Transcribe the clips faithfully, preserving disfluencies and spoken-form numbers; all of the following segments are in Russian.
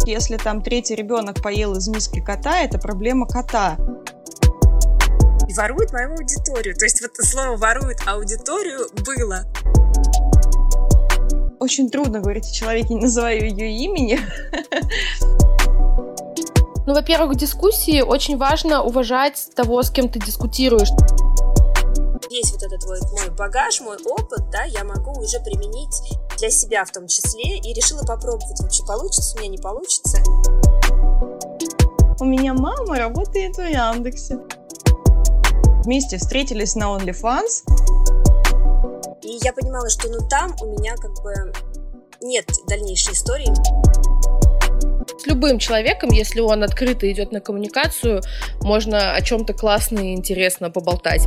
Если там третий ребенок поел из миски кота, это проблема кота. И ворует мою аудиторию. То есть вот слово «ворует аудиторию» было. Очень трудно говорить о человеке, не называя ее имени. Ну, во-первых, в дискуссии очень важно уважать того, с кем ты дискутируешь. Есть вот этот вот мой багаж, мой опыт, да, я могу уже применить для себя в том числе, и решила попробовать, вообще получится, у меня не получится. У меня мама работает в Яндексе. Вместе встретились на OnlyFans. И я понимала, что ну там у меня как бы нет дальнейшей истории. С любым человеком, если он открыто идет на коммуникацию, можно о чем-то классно и интересно поболтать.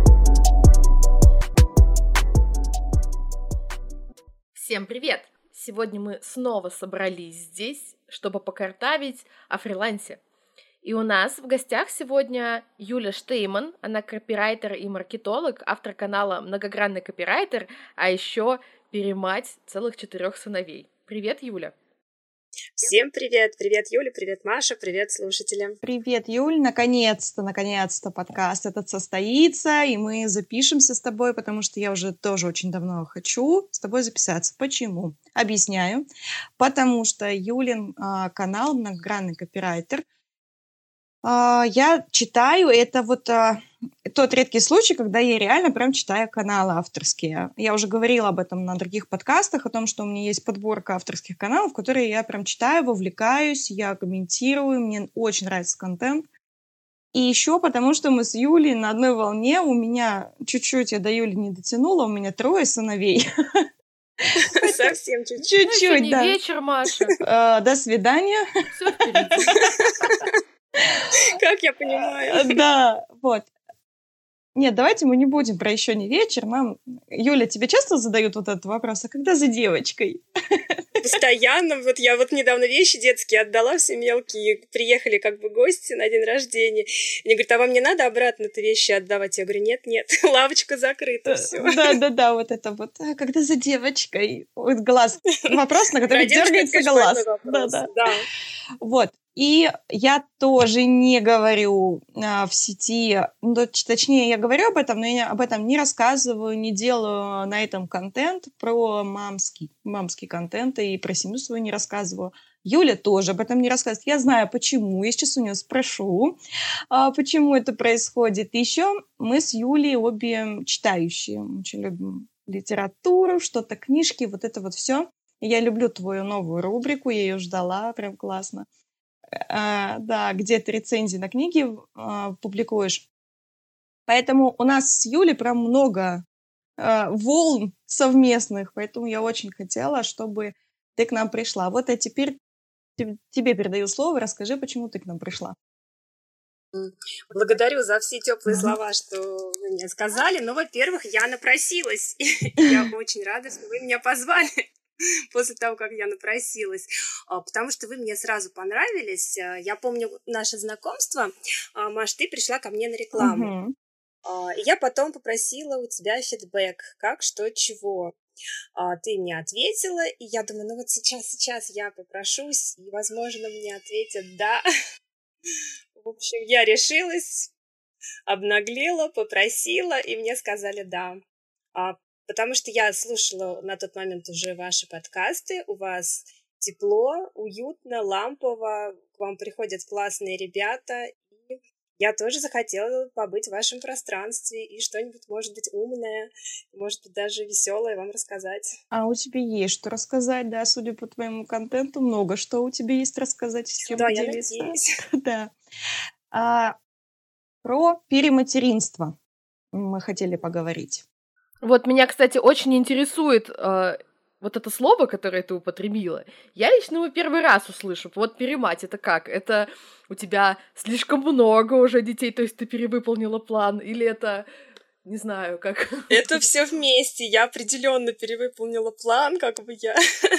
Всем привет! Сегодня мы снова собрались здесь, чтобы покартавить о фрилансе. И у нас в гостях сегодня Юля Штейман, она копирайтер и маркетолог, автор канала «Многогранный копирайтер», а еще перемать целых четырех сыновей. Привет, Юля! Всем привет! Привет, Юля, привет, Маша, привет, слушатели! Привет, Юль! Наконец-то, наконец-то подкаст этот состоится, и мы запишемся с тобой, потому что я уже тоже очень давно хочу с тобой записаться. Почему? Объясняю. Потому что Юлин а, канал «Многогранный копирайтер». А, я читаю, это вот а, тот редкий случай, когда я реально прям читаю каналы авторские. Я уже говорила об этом на других подкастах, о том, что у меня есть подборка авторских каналов, которые я прям читаю, вовлекаюсь, я комментирую, мне очень нравится контент. И еще потому, что мы с Юлей на одной волне, у меня чуть-чуть, я до Юли не дотянула, у меня трое сыновей. Совсем чуть-чуть. Чуть-чуть, да. Вечер, Маша. До свидания. Все впереди. Как я понимаю. Да, вот. Нет, давайте мы не будем про еще не вечер. Мам, Юля, тебе часто задают вот этот вопрос, а когда за девочкой? Постоянно. Вот я вот недавно вещи детские отдала, все мелкие. Приехали как бы гости на день рождения. Мне говорят, а вам не надо обратно-то вещи отдавать? Я говорю, нет-нет, лавочка закрыта, все. Да-да-да, вот это вот. А когда за девочкой? Вот глаз. Вопрос, на который дергается глаз. Да-да. Вот. И я тоже не говорю а, в сети, ну, точнее, я говорю об этом, но я об этом не рассказываю, не делаю на этом контент, про мамский, мамский контент, и про семью свою не рассказываю. Юля тоже об этом не рассказывает. Я знаю, почему. Я сейчас у нее спрошу, а, почему это происходит. И еще мы с Юлей обе читающие. Мы очень любим литературу, что-то, книжки, вот это вот все. Я люблю твою новую рубрику, я ее ждала, прям классно. Uh, да, где ты рецензии на книги uh, публикуешь. Поэтому у нас с Юлей прям много uh, волн совместных, поэтому я очень хотела, чтобы ты к нам пришла. Вот я теперь тебе передаю слово, расскажи, почему ты к нам пришла. Благодарю за все теплые mm-hmm. слова, что вы мне сказали. Ну, во-первых, я напросилась. Я очень рада, что вы меня позвали после того, как я напросилась, потому что вы мне сразу понравились. Я помню наше знакомство. Маш, ты пришла ко мне на рекламу. Uh-huh. И я потом попросила у тебя фидбэк, как, что, чего. Ты мне ответила, и я думаю, ну вот сейчас, сейчас я попрошусь, и, возможно, мне ответят «да». В общем, я решилась, обнаглела, попросила, и мне сказали «да». Потому что я слушала на тот момент уже ваши подкасты, у вас тепло, уютно, лампово, к вам приходят классные ребята, и я тоже захотела побыть в вашем пространстве и что-нибудь, может быть, умное, может быть, даже веселое вам рассказать. А у тебя есть что рассказать, да, судя по твоему контенту, много что у тебя есть рассказать, с чем да, поделиться. Я надеюсь. Да. А, про перематеринство мы хотели поговорить. Вот меня, кстати, очень интересует э, вот это слово, которое ты употребила. Я лично его первый раз услышу. Вот перемать, это как? Это у тебя слишком много уже детей, то есть ты перевыполнила план? Или это, не знаю, как... Это все вместе. Я определенно перевыполнила план, как бы я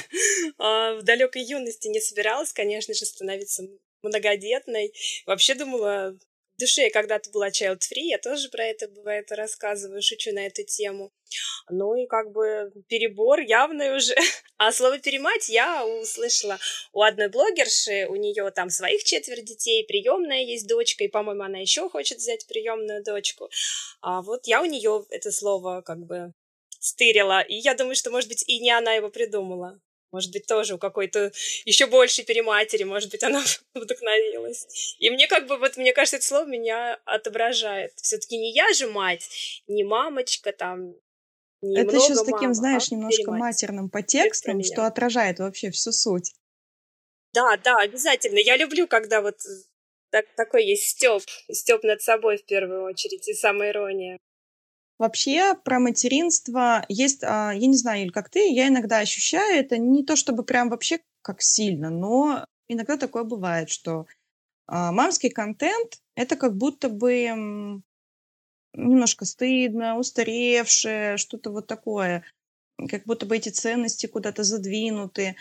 в далекой юности не собиралась, конечно же, становиться многодетной. Вообще думала в душе я когда-то была child-free, я тоже про это, бывает, рассказываю, шучу на эту тему. Ну и как бы перебор явный уже. А слово «перемать» я услышала у одной блогерши, у нее там своих четверо детей, приемная есть дочка, и, по-моему, она еще хочет взять приемную дочку. А вот я у нее это слово как бы стырила, и я думаю, что, может быть, и не она его придумала. Может быть, тоже у какой-то еще большей перематери, может быть, она вдохновилась. И мне как бы, вот мне кажется, это слово меня отображает. Все-таки не я же мать, не мамочка там, не Это много еще с таким, мама, знаешь, а немножко перемать. матерным Это про подтекстом, меня. что отражает вообще всю суть. Да, да, обязательно. Я люблю, когда вот так, такой есть стёб, стёб над собой в первую очередь и самоирония. Вообще про материнство есть, а, я не знаю, Юль, как ты, я иногда ощущаю это не то чтобы прям вообще как сильно, но иногда такое бывает, что а, мамский контент — это как будто бы м, немножко стыдно, устаревшее, что-то вот такое, как будто бы эти ценности куда-то задвинуты.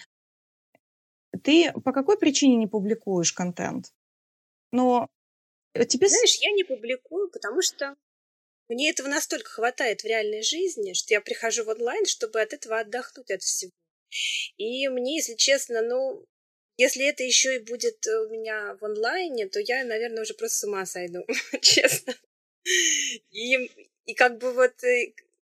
Ты по какой причине не публикуешь контент? Но тебе... с- Знаешь, я не публикую, потому что мне этого настолько хватает в реальной жизни, что я прихожу в онлайн, чтобы от этого отдохнуть от всего. И мне, если честно, ну, если это еще и будет э, у меня в онлайне, то я, наверное, уже просто с ума сойду, честно. И, и как бы вот э,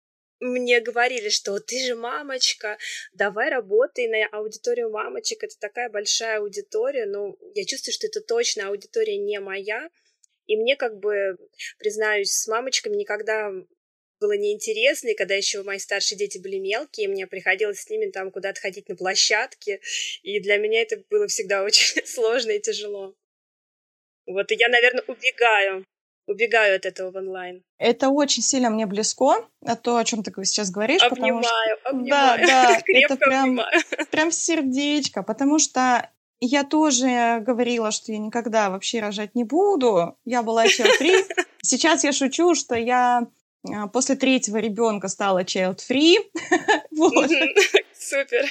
мне говорили, что ты же мамочка, давай работай на аудиторию мамочек, это такая большая аудитория, но я чувствую, что это точно аудитория не моя, и мне как бы, признаюсь, с мамочками никогда было неинтересно, и когда еще мои старшие дети были мелкие, мне приходилось с ними там куда-то ходить на площадке, и для меня это было всегда очень сложно и тяжело. Вот, и я, наверное, убегаю, убегаю от этого в онлайн. Это очень сильно мне близко, а то, о чем ты сейчас говоришь, потому что... Обнимаю, Да, обнимаю, да, это крепко прям, обнимаю. прям в сердечко, потому что я тоже говорила, что я никогда вообще рожать не буду. Я была child-free. Сейчас я шучу, что я а, после третьего ребенка стала child-free. Вот. Мгм. Супер.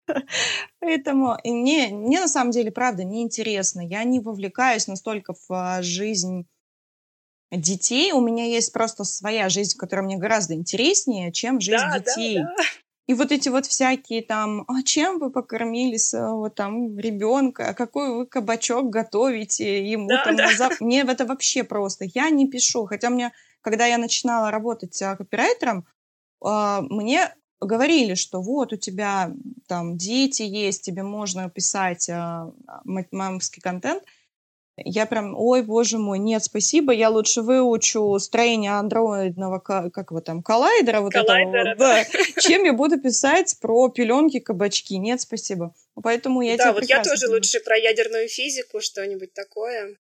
Поэтому и мне, мне на самом деле, правда, неинтересно. Я не вовлекаюсь настолько в а, жизнь детей. У меня есть просто своя жизнь, которая мне гораздо интереснее, чем жизнь Да, да, детей. да. И вот эти вот всякие там, а чем вы покормили своего там ребенка, а какой вы кабачок готовите ему Да, там да. на зав... Мне это вообще просто, я не пишу. Хотя мне, когда я начинала работать а, копирайтером, а, мне говорили, что вот у тебя там дети есть, тебе можно писать а, ма- мамский контент. Я прям, ой, боже мой, нет, спасибо, я лучше выучу строение андроидного, ка- как его там, коллайдера вот этого Коллайдера, вот, да. да, чем я буду писать про пеленки, кабачки. Нет, спасибо. Поэтому я Да, тебя вот я прекрасно тоже понимаю. лучше про ядерную физику, что-нибудь такое.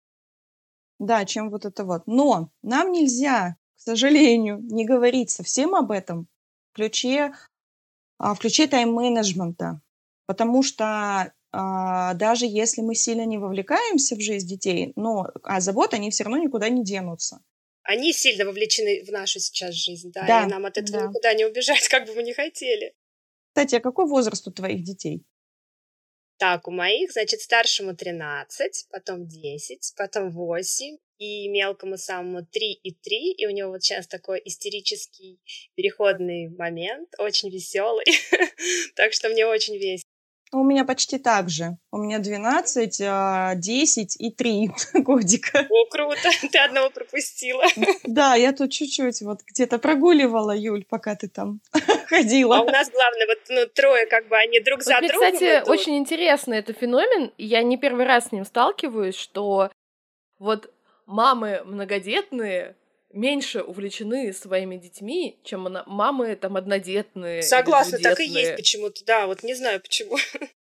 Да, чем вот это вот. Но нам нельзя, к сожалению, не говорить совсем об этом в ключе, а, в ключе тайм-менеджмента. Потому что а, даже если мы сильно не вовлекаемся в жизнь детей, но а забот, они все равно никуда не денутся. Они сильно вовлечены в нашу сейчас жизнь, да, и Да, нам от этого да. никуда не убежать, как бы мы ни хотели. Кстати, а какой возраст у твоих детей? Так, у моих, значит, старшему тринадцать, потом десять, потом восемь, и мелкому самому три и три, и у него вот сейчас такой истерический переходный момент, очень веселый, так что мне очень весело. У меня почти так же. У меня двенадцать, а, десять и три годика. О, круто, ты одного пропустила. Да, я тут чуть-чуть вот где-то прогуливала, Юль, пока ты там ходила. А у нас главное, вот ну, трое, как бы они друг Вот за мне, другом кстати, идут. очень интересный это феномен, и я не первый раз с ним сталкиваюсь, что вот мамы многодетные меньше увлечены своими детьми, чем она- мамы там однодетные или Согласна, так и есть двудетные. почему-то, да, вот не знаю почему.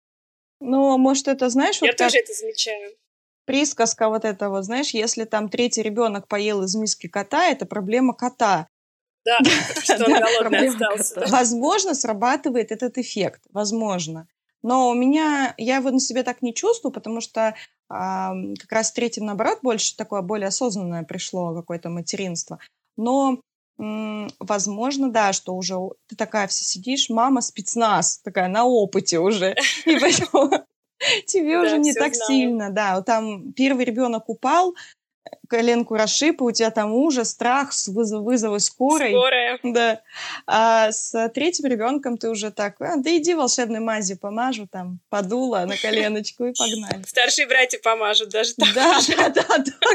Ну, может, это, знаешь, Я вот как тоже это замечаю. присказка вот это вот, знаешь, если там третий ребенок поел из миски кота, это проблема кота. Да, что он Да, голодный проблема остался. кота. да. возможно, срабатывает этот эффект, возможно. Но у меня, я его на себе так не чувствую, потому что ам, как раз третьим, наоборот, больше такое более осознанное пришло какое-то материнство. Но, м, возможно, да, что уже у- ты такая вся сидишь, мама спецназ, такая на опыте уже, и поэтому тебе уже Да, не все так знаю. сильно, да. Вот там первый ребенок упал, коленку расшиб, и у тебя там ужас, страх, вызов, вызовы скорой. Скорая. Да. А с третьим ребенком ты уже так, а, да иди волшебной мазью помажу, там, подула на коленочку и погнали. Старшие братья помажут даже так. Да, да, да,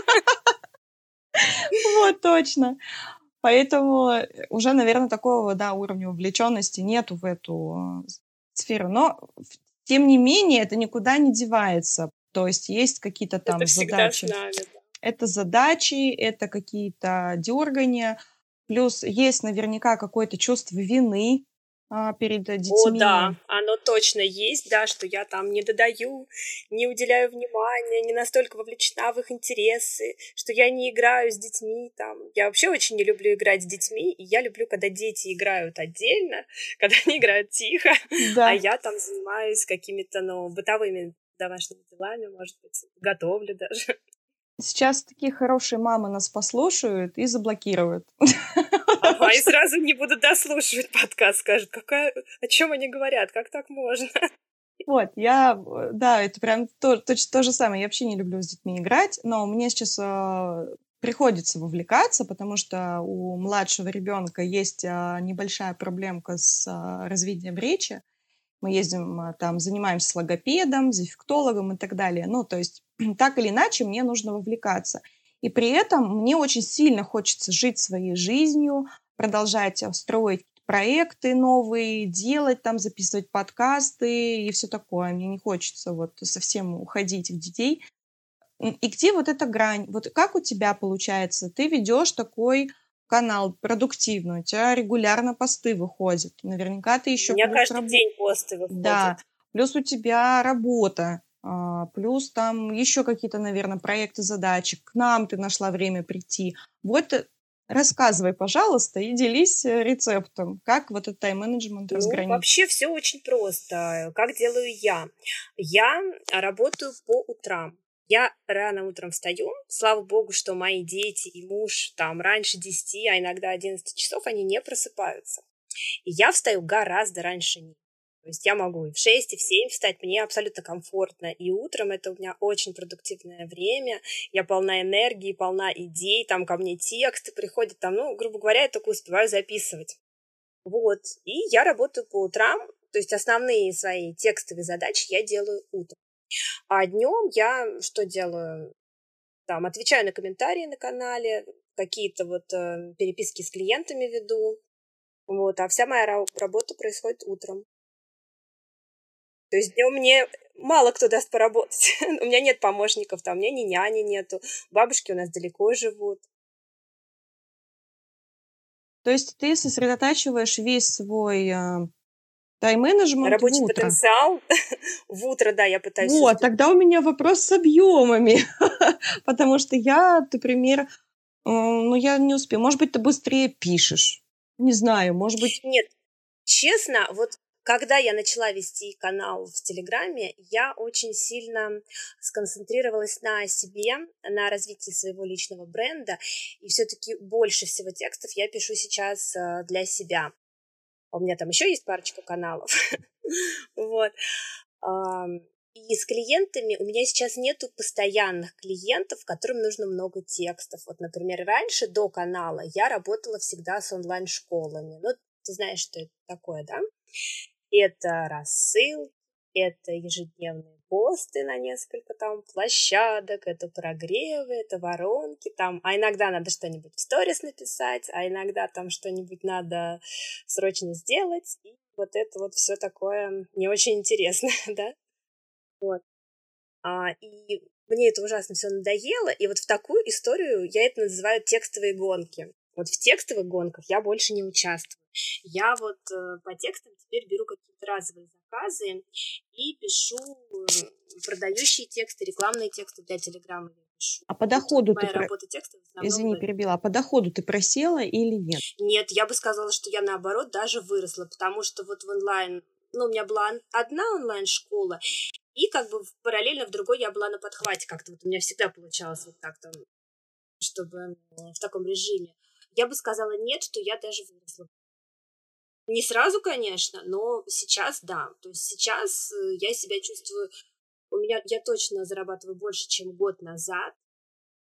да. Вот, точно. Поэтому уже, наверное, такого, да, уровня вовлеченности нету в эту сферу. Но, тем не менее, это никуда не девается. То есть есть какие-то там это задачи. Всегда с нами, да. Это задачи, это какие-то дергания. Плюс есть наверняка какое-то чувство вины а, перед детьми. О, да, оно точно есть, да, что я там не додаю, не уделяю внимания, не настолько вовлечена в их интересы, что я не играю с детьми там. Я вообще очень не люблю играть с детьми, и я люблю, когда дети играют отдельно, когда они играют тихо, да. А я там занимаюсь какими-то, ну, бытовыми домашними делами, может быть, готовлю даже. Сейчас такие хорошие мамы нас послушают и заблокируют. Ага, и сразу не будут дослушивать подкаст, скажут, какая, о чем они говорят, как так можно? Вот, я, да, это прям то, то, то же самое. Я вообще не люблю с детьми играть, но мне сейчас э, приходится вовлекаться, потому что у младшего ребенка есть э, небольшая проблемка с э, развитием речи. Мы ездим, там, занимаемся с логопедом, дефектологом и так далее. Ну, то есть, так или иначе, мне нужно вовлекаться. И при этом мне очень сильно хочется жить своей жизнью, продолжать строить проекты новые, делать там, записывать подкасты и все такое. Мне не хочется вот совсем уходить в детей. И где вот эта грань? Вот как у тебя получается? Ты ведешь такой канал продуктивный, у тебя регулярно посты выходят. Наверняка ты еще... У меня каждый раб... день посты выходят. Да, плюс у тебя работа, плюс там еще какие-то, наверное, проекты, задачи. К нам ты нашла время прийти. Вот рассказывай, пожалуйста, и делись рецептом, как вот этот тайм-менеджмент разграничить. Ну, вообще все очень просто. Как делаю я? Я работаю по утрам. Я рано утром встаю, слава богу, что мои дети и муж там раньше десяти, а иногда одиннадцати часов, они не просыпаются. И я встаю гораздо раньше них. То есть я могу и в шесть, и в семь встать, мне абсолютно комфортно. И утром это у меня очень продуктивное время, я полна энергии, полна идей, там ко мне тексты приходят, там, ну, грубо говоря, я только успеваю записывать. Вот, и я работаю по утрам, то есть основные свои текстовые задачи я делаю утром. А днем я что делаю? Там отвечаю на комментарии на канале, какие-то вот э, переписки с клиентами веду. Вот, а вся моя работа происходит утром. То есть днем мне мало кто даст поработать. У меня нет помощников, там у меня ни няни нету, бабушки у нас далеко живут. То есть ты сосредотачиваешь весь свой э, тайм-менеджмент Рабочий в утро? потенциал в утро, да, я пытаюсь... Вот, тогда у меня вопрос с объемами, потому что я, например, э, ну я не успею. Может быть, ты быстрее пишешь? Не знаю, может быть... Нет, честно, вот когда я начала вести канал в Телеграме, я очень сильно сконцентрировалась на себе, на развитии своего личного бренда, и все-таки больше всего текстов я пишу сейчас для себя. У меня там еще есть парочка каналов. Вот. И с клиентами у меня сейчас нету постоянных клиентов, которым нужно много текстов. Вот, например, раньше, до канала, я работала всегда с онлайн-школами. Ну, ты знаешь, что это такое, да? Это рассылки, это ежедневные посты на несколько там площадок, это прогревы, это воронки там, а иногда надо что-нибудь в сторис написать, а иногда там что-нибудь надо срочно сделать, и вот это вот все такое не очень интересно, да? Вот. А, и мне это ужасно все надоело, и вот в такую историю я это называю текстовые гонки. Вот в текстовых гонках я больше не участвую. Я вот э, по текстам теперь беру какие-то разовые заказы и пишу э, продающие тексты, рекламные тексты для Телеграма. А по доходу вот ты... Про... Извини, перебила. А по доходу ты просела или нет? Нет, я бы сказала, что я, наоборот, даже выросла, потому что вот в онлайн... Ну, у меня была одна онлайн-школа, и как бы параллельно в другой я была на подхвате как-то. Вот у меня всегда получалось вот так там, чтобы в таком режиме. Я бы сказала нет, что я даже выросла. Не сразу, конечно, но сейчас да. То есть сейчас я себя чувствую... У меня, я точно зарабатываю больше, чем год назад.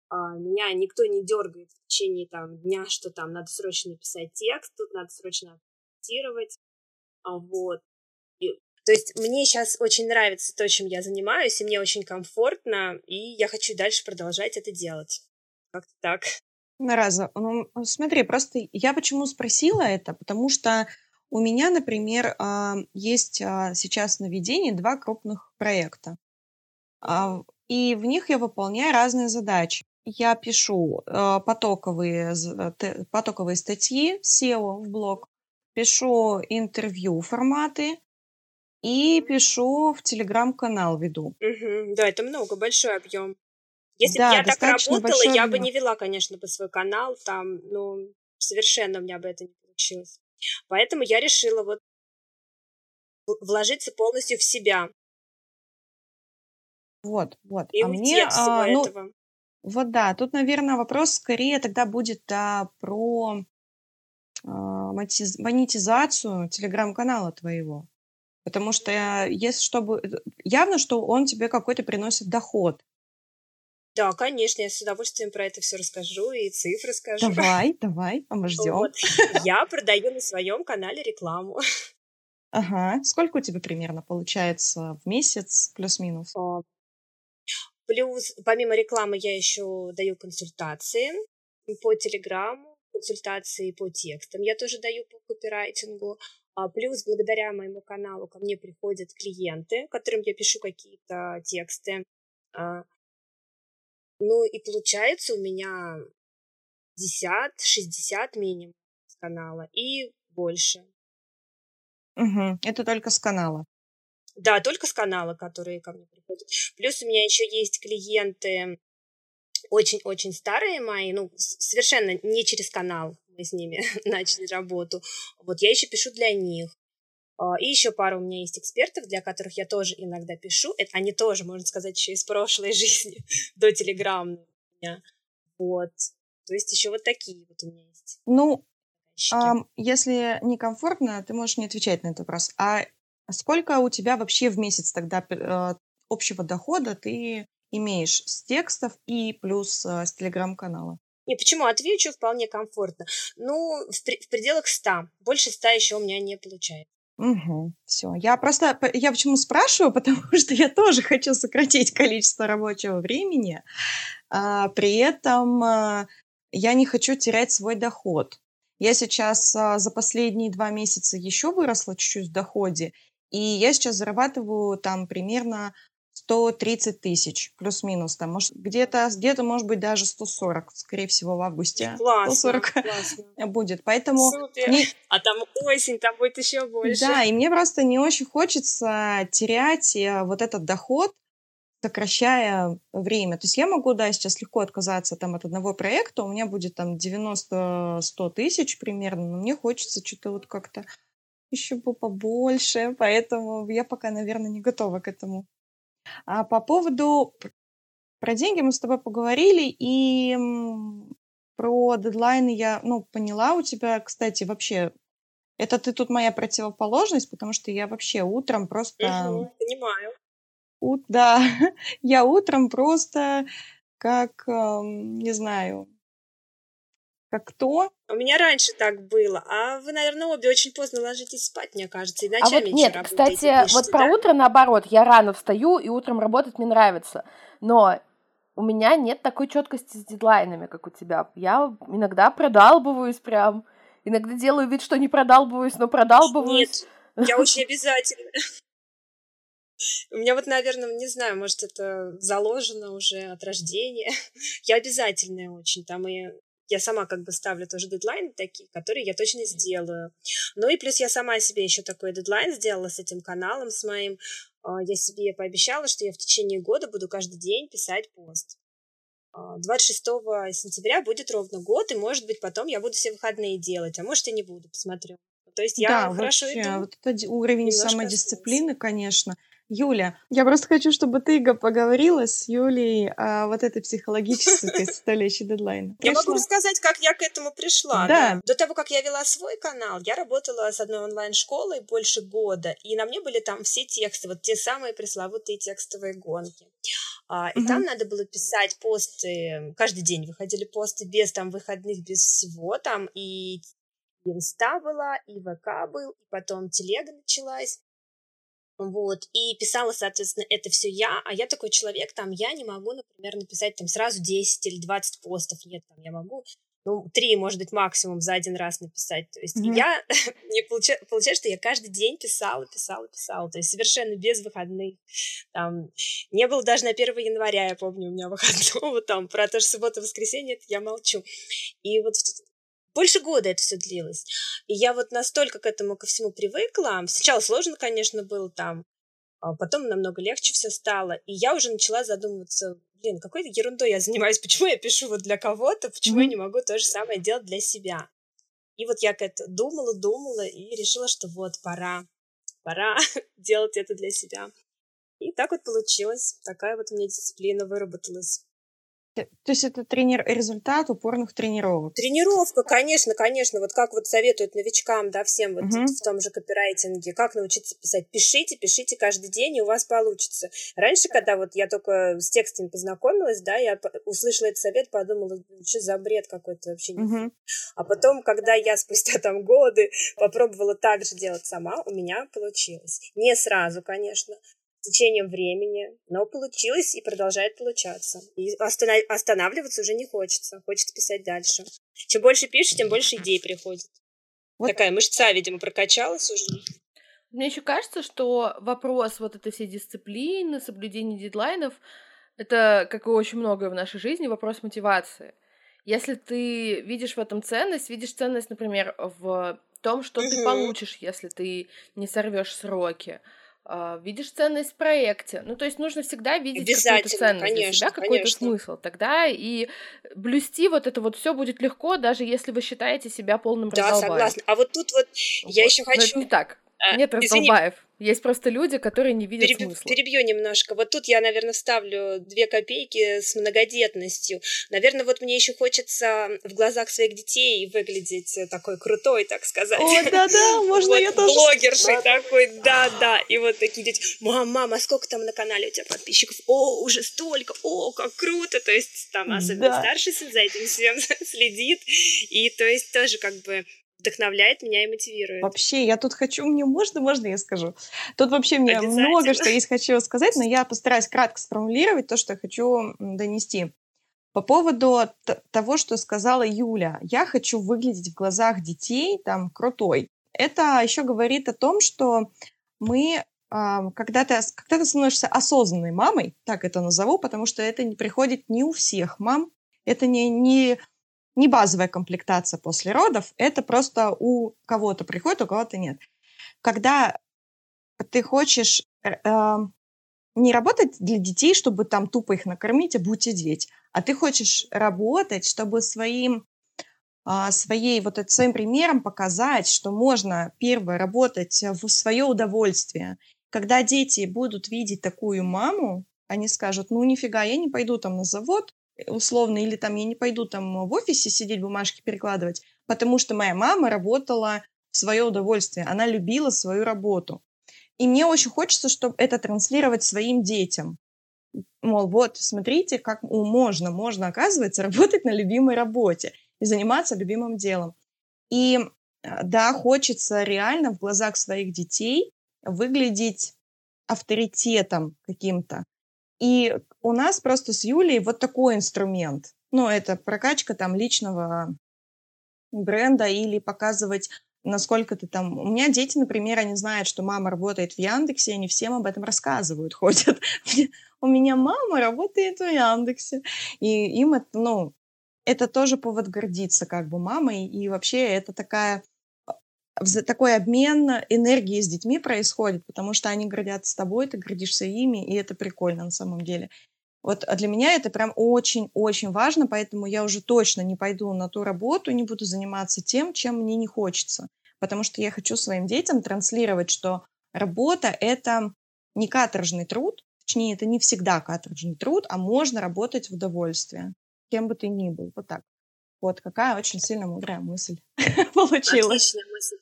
а, меня никто не дергает в течение там дня, что там надо срочно написать текст, тут надо срочно адаптировать, а, вот. И, то есть мне сейчас очень нравится то, чем я занимаюсь, и мне очень комфортно, и я хочу дальше продолжать это делать. Как-то так. Раза, ну, смотри, просто я почему спросила это, потому что у меня, например, а, есть а, сейчас на ведении два крупных проекта, а, и в них я выполняю разные задачи. Я пишу а, потоковые, з- те- потоковые статьи сео в блог, пишу интервью форматы и пишу в телеграм-канал веду. Мгм. Да, это много, большой объем. Если бы Да, я так достаточно работала, большой я бы объем. не вела, конечно, бы свой канал, там, ну, совершенно у меня бы это не получилось. Поэтому я решила вот в- вложиться полностью в себя Вот, вот. и А уйти мне, от всего а, ну, этого. вот да, тут, наверное, вопрос скорее тогда будет а, про а, матиз- монетизацию телеграм-канала твоего. Потому что э, если чтобы... э, явно, что он тебе какой-то приносит доход. Да, конечно, я с удовольствием про это все расскажу и цифры скажу. Давай, давай, а мы ждем. Вот. Я продаю на своем канале рекламу. Ага. Сколько у тебя примерно получается в месяц, плюс-минус? А, Плюс, помимо рекламы, я еще даю консультации по Телеграму, консультации по текстам. Я тоже даю по копирайтингу. А, Плюс, благодаря моему каналу ко мне приходят клиенты, которым я пишу какие-то тексты. А, Ну и получается у меня пятьдесят-шестьдесят минимум с канала и больше. Угу. Это только с канала. Да, только с канала, которые ко мне приходят. Плюс у меня еще есть клиенты очень-очень старые мои, ну, с- совершенно не через канал мы с ними начали работу. Вот я еще пишу для них. А, И еще пара у меня есть экспертов, для которых я тоже иногда пишу. Это они тоже, можно сказать, еще из прошлой жизни до телеграммы у меня. Вот. То есть еще вот такие вот у меня есть Ну, заказчики. ам, если некомфортно, ты можешь не отвечать на этот вопрос. А сколько у тебя вообще в месяц тогда п- э, общего дохода ты имеешь с текстов и плюс э, с телеграм-канала? Не, почему? Отвечу вполне комфортно. Ну, в, пре- в пределах ста. Больше ста еще у меня не получается. Угу, все. Я просто, п- я почему спрашиваю, потому что я тоже хочу сократить количество рабочего времени, а, при этом а, я не хочу терять свой доход. Я сейчас а, за последние два месяца еще выросла чуть-чуть в доходе, и я сейчас зарабатываю там примерно сто тридцать тысяч, плюс-минус, там, может, где-то, где-то, может быть, даже сто сорок, скорее всего, в августе сто Классно, сорок классно. будет. Поэтому Супер. мне, А там осень, там будет еще больше. да, и мне просто не очень хочется терять э, вот этот доход, сокращая время. То есть я могу, да, сейчас легко отказаться там от одного проекта, у меня будет там девяносто-сто тысяч примерно, но мне хочется что-то вот как-то еще бы побольше, поэтому я пока, наверное, не готова к этому. А по поводу п- про деньги мы с тобой поговорили, и м, про дедлайны я, ну, поняла у тебя, кстати, вообще, это ты тут моя противоположность, потому что я вообще утром просто Угу, понимаю. Ут да, я утром просто как, ам, не знаю, как кто. У меня раньше так было, а вы, наверное, обе очень поздно ложитесь спать, мне кажется, и А вот ночами еще нет, работаете, кстати, вот пишете, про да? утро наоборот, я рано встаю, и утром работать мне нравится. Но у меня нет такой четкости с дедлайнами, как у тебя. Я иногда продалбываюсь прям, иногда делаю вид, что не продалбываюсь, но продалбываюсь. Нет, я очень обязательно. У меня вот, наверное, не знаю, может, это заложено уже от рождения. Я обязательная очень, там и я сама как бы ставлю тоже дедлайны такие, которые я точно сделаю. Ну и плюс я сама себе еще такой дедлайн сделала с этим каналом, с моим. А, Я себе пообещала, что я в течение года буду каждый день писать пост. А, двадцать шестого сентября будет ровно год, и, может быть, потом я буду все выходные делать, а может, и не буду, посмотрю. То есть я Да, хорошо вообще, иду, вот это д уровень немножко осталось. самодисциплины, конечно. Юля, я просто хочу, чтобы ты га поговорила с Юлей о вот этой психологической составляющей дедлайна. Я могу Хорошо? рассказать, как я к этому пришла, да. Да. До того, как я вела свой канал, я работала с одной онлайн-школой больше года, и на мне были там все тексты, вот те самые пресловутые текстовые гонки. А, и Мгм. там надо было писать посты, каждый день выходили посты без там выходных, без всего, там и Инста была, и ВК был, и потом телега началась. Вот, и писала, соответственно, это все я, а я такой человек, там, я не могу, например, написать там сразу десять или двадцать постов, нет, там, я могу, ну, три, может быть, максимум за один раз написать, то есть Мгм. я, не получа- получается, что я каждый день писала, писала, писала, то есть совершенно без выходных, там, не было даже на первого января, я помню, у меня выходного, там, про то, что суббота-воскресенье, это я молчу, и вот больше года это все длилось. И я вот настолько к этому ко всему привыкла. Сначала сложно, конечно, было там, а потом намного легче все стало. И я уже начала задумываться, блин, какой-то ерундой я занимаюсь, почему я пишу вот для кого-то, почему я Мгм. не могу то же самое делать для себя. И вот я как-то думала, думала и решила, что вот пора, пора делать это для себя. И так вот получилось. Такая вот у меня дисциплина выработалась. Т- То есть это тренер... результат упорных тренировок. Тренировка, конечно, конечно. Вот как вот советуют новичкам, да, всем вот Мгм. в том же копирайтинге, как научиться писать. Пишите, пишите каждый день, и у вас получится. Раньше, когда вот я только с текстами познакомилась, да, я по- услышала этот совет, подумала, что за бред какой-то вообще. Не... Мгм. А потом, когда я спустя там годы попробовала так же делать сама, у меня получилось. Не сразу, конечно, с течением времени, но получилось и продолжает получаться. И остана- останавливаться уже не хочется. Хочется писать дальше. Чем больше пишешь, тем больше идей приходит. Вот. Такая мышца, видимо, прокачалась уже. Мне еще кажется, что вопрос вот этой всей дисциплины, соблюдения дедлайнов, это, как и очень многое в нашей жизни, вопрос мотивации. Если ты видишь в этом ценность, видишь ценность, например, в том, что ты Мгм. получишь, если ты не сорвешь сроки, а, видишь ценность в проекте. Ну, то есть нужно всегда видеть какую-то Обязательно, ценность для конечно, себя, какой-то конечно. смысл. Тогда и блюсти вот это вот все будет легко, даже если вы считаете себя полным Да, раздолбаем. согласна. А вот тут вот я Вот. еще Но хочу... это не так. а, Нет Извини, раздолбаев. Есть просто люди, которые не видят перебью, смысла. перебью немножко. Вот тут я, наверное, вставлю две копейки с многодетностью. Наверное, вот мне еще хочется в глазах своих детей выглядеть такой крутой, так сказать. О, да-да, можно Вот я тоже... блогершей такой, да-да. И вот такие дети, мам, мама, сколько там на канале у тебя подписчиков? О, уже столько, о, как круто. То есть там особенно Да. старший сын за этим всем следит. И то есть тоже как бы вдохновляет меня и мотивирует. Вообще, я тут хочу, мне можно, можно я скажу? Тут вообще мне Обязательно. много что есть хочу сказать, но я постараюсь кратко сформулировать то, что я хочу м, донести. По поводу т- того, что сказала Юля, я хочу выглядеть в глазах детей там крутой. Это еще говорит о том, что мы, а, когда ты, ос- когда ты становишься осознанной мамой, так это назову, потому что это не приходит не у всех мам, это не, не, не базовая комплектация после родов, это просто у кого-то приходит, у кого-то нет. Когда ты хочешь э, э, не работать для детей, чтобы там тупо их накормить, а будь сидеть, а ты хочешь работать, чтобы своим, а, своей, вот это, своим примером показать, что можно, первое, работать в свое удовольствие. Когда дети будут видеть такую маму, они скажут, ну нифига, я не пойду там на завод, условно, или там я не пойду там в офисе сидеть, бумажки перекладывать, потому что моя мама работала в свое удовольствие, она любила свою работу. И мне очень хочется, чтобы это транслировать своим детям. Мол, вот, смотрите, как можно, можно, оказывается, работать на любимой работе и заниматься любимым делом. И да, хочется реально в глазах своих детей выглядеть авторитетом каким-то. И у нас просто с Юлей вот такой инструмент. Ну, это прокачка там личного бренда или показывать, насколько ты там... У меня дети, например, они знают, что мама работает в Яндексе, и они всем об этом рассказывают, ходят. У меня мама работает в Яндексе. И им это, ну, это тоже повод гордиться как бы мамой. И вообще это такая... такой обмен энергии с детьми происходит, потому что они гордятся тобой, ты гордишься ими, и это прикольно на самом деле. Вот а для меня это прям очень-очень важно, поэтому я уже точно не пойду на ту работу, не буду заниматься тем, чем мне не хочется. Потому что я хочу своим детям транслировать, что работа — это не каторжный труд, точнее, это не всегда каторжный труд, а можно работать в удовольствие, кем бы ты ни был. Вот так. Вот какая очень сильно мудрая мысль получилась. Отличная мысль.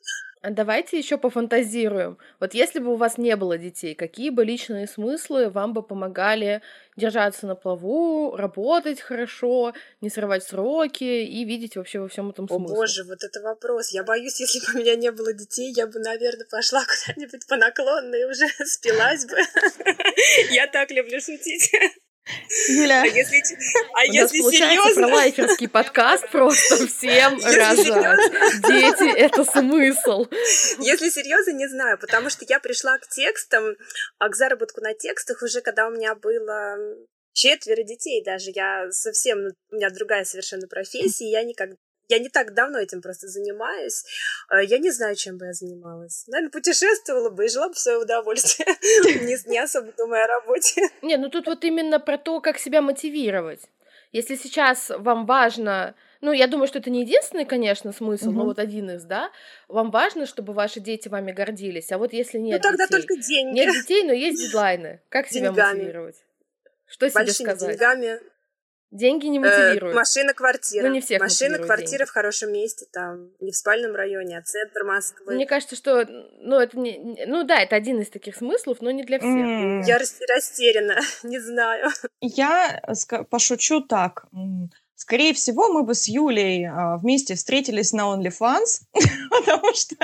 Давайте еще пофантазируем. Вот если бы у вас не было детей, какие бы личные смыслы вам бы помогали держаться на плаву, работать хорошо, не срывать сроки и видеть вообще во всем этом О смысл? боже, вот это вопрос. Я боюсь, если бы у меня не было детей, я бы, наверное, пошла куда-нибудь по наклонной и уже спилась бы. Я так люблю шутить. Юля. А если, а У нас если получается серьезно? пролайферский подкаст просто всем рожать. Дети — это смысл. Если серьезно, не знаю, потому что я пришла к текстам, а к заработку на текстах уже, когда у меня было четверо детей даже. Я совсем, у меня другая совершенно профессия, я никогда Я не так давно этим просто занимаюсь. Я не знаю, чем бы я занималась. Наверное, путешествовала бы и жила бы в свое удовольствие, не, не особо думая о работе. Не, ну тут вот именно про то, как себя мотивировать. Если сейчас вам важно... Ну, я думаю, что это не единственный, конечно, смысл, Мгм. но вот один из, да? Вам важно, чтобы ваши дети вами гордились. А вот если Ну, нет тогда детей... только деньги. Нет детей, но есть дедлайны. Как себя Деньгами. мотивировать? Что себе Большими сказать? деньгами. Деньги не Э, мотивируют. машина, квартира. Ну, не всех Машина, мотивируют квартира деньги. в хорошем месте, там, не в спальном районе, а центр Москвы. Мне кажется, что, ну, это не... не- Ну, да, это один из таких смыслов, но не для всех. М, Я рас- растеряна, не знаю. Я ска- пошучу так. М, Скорее всего, мы бы с Юлей а, вместе встретились на OnlyFans, потому что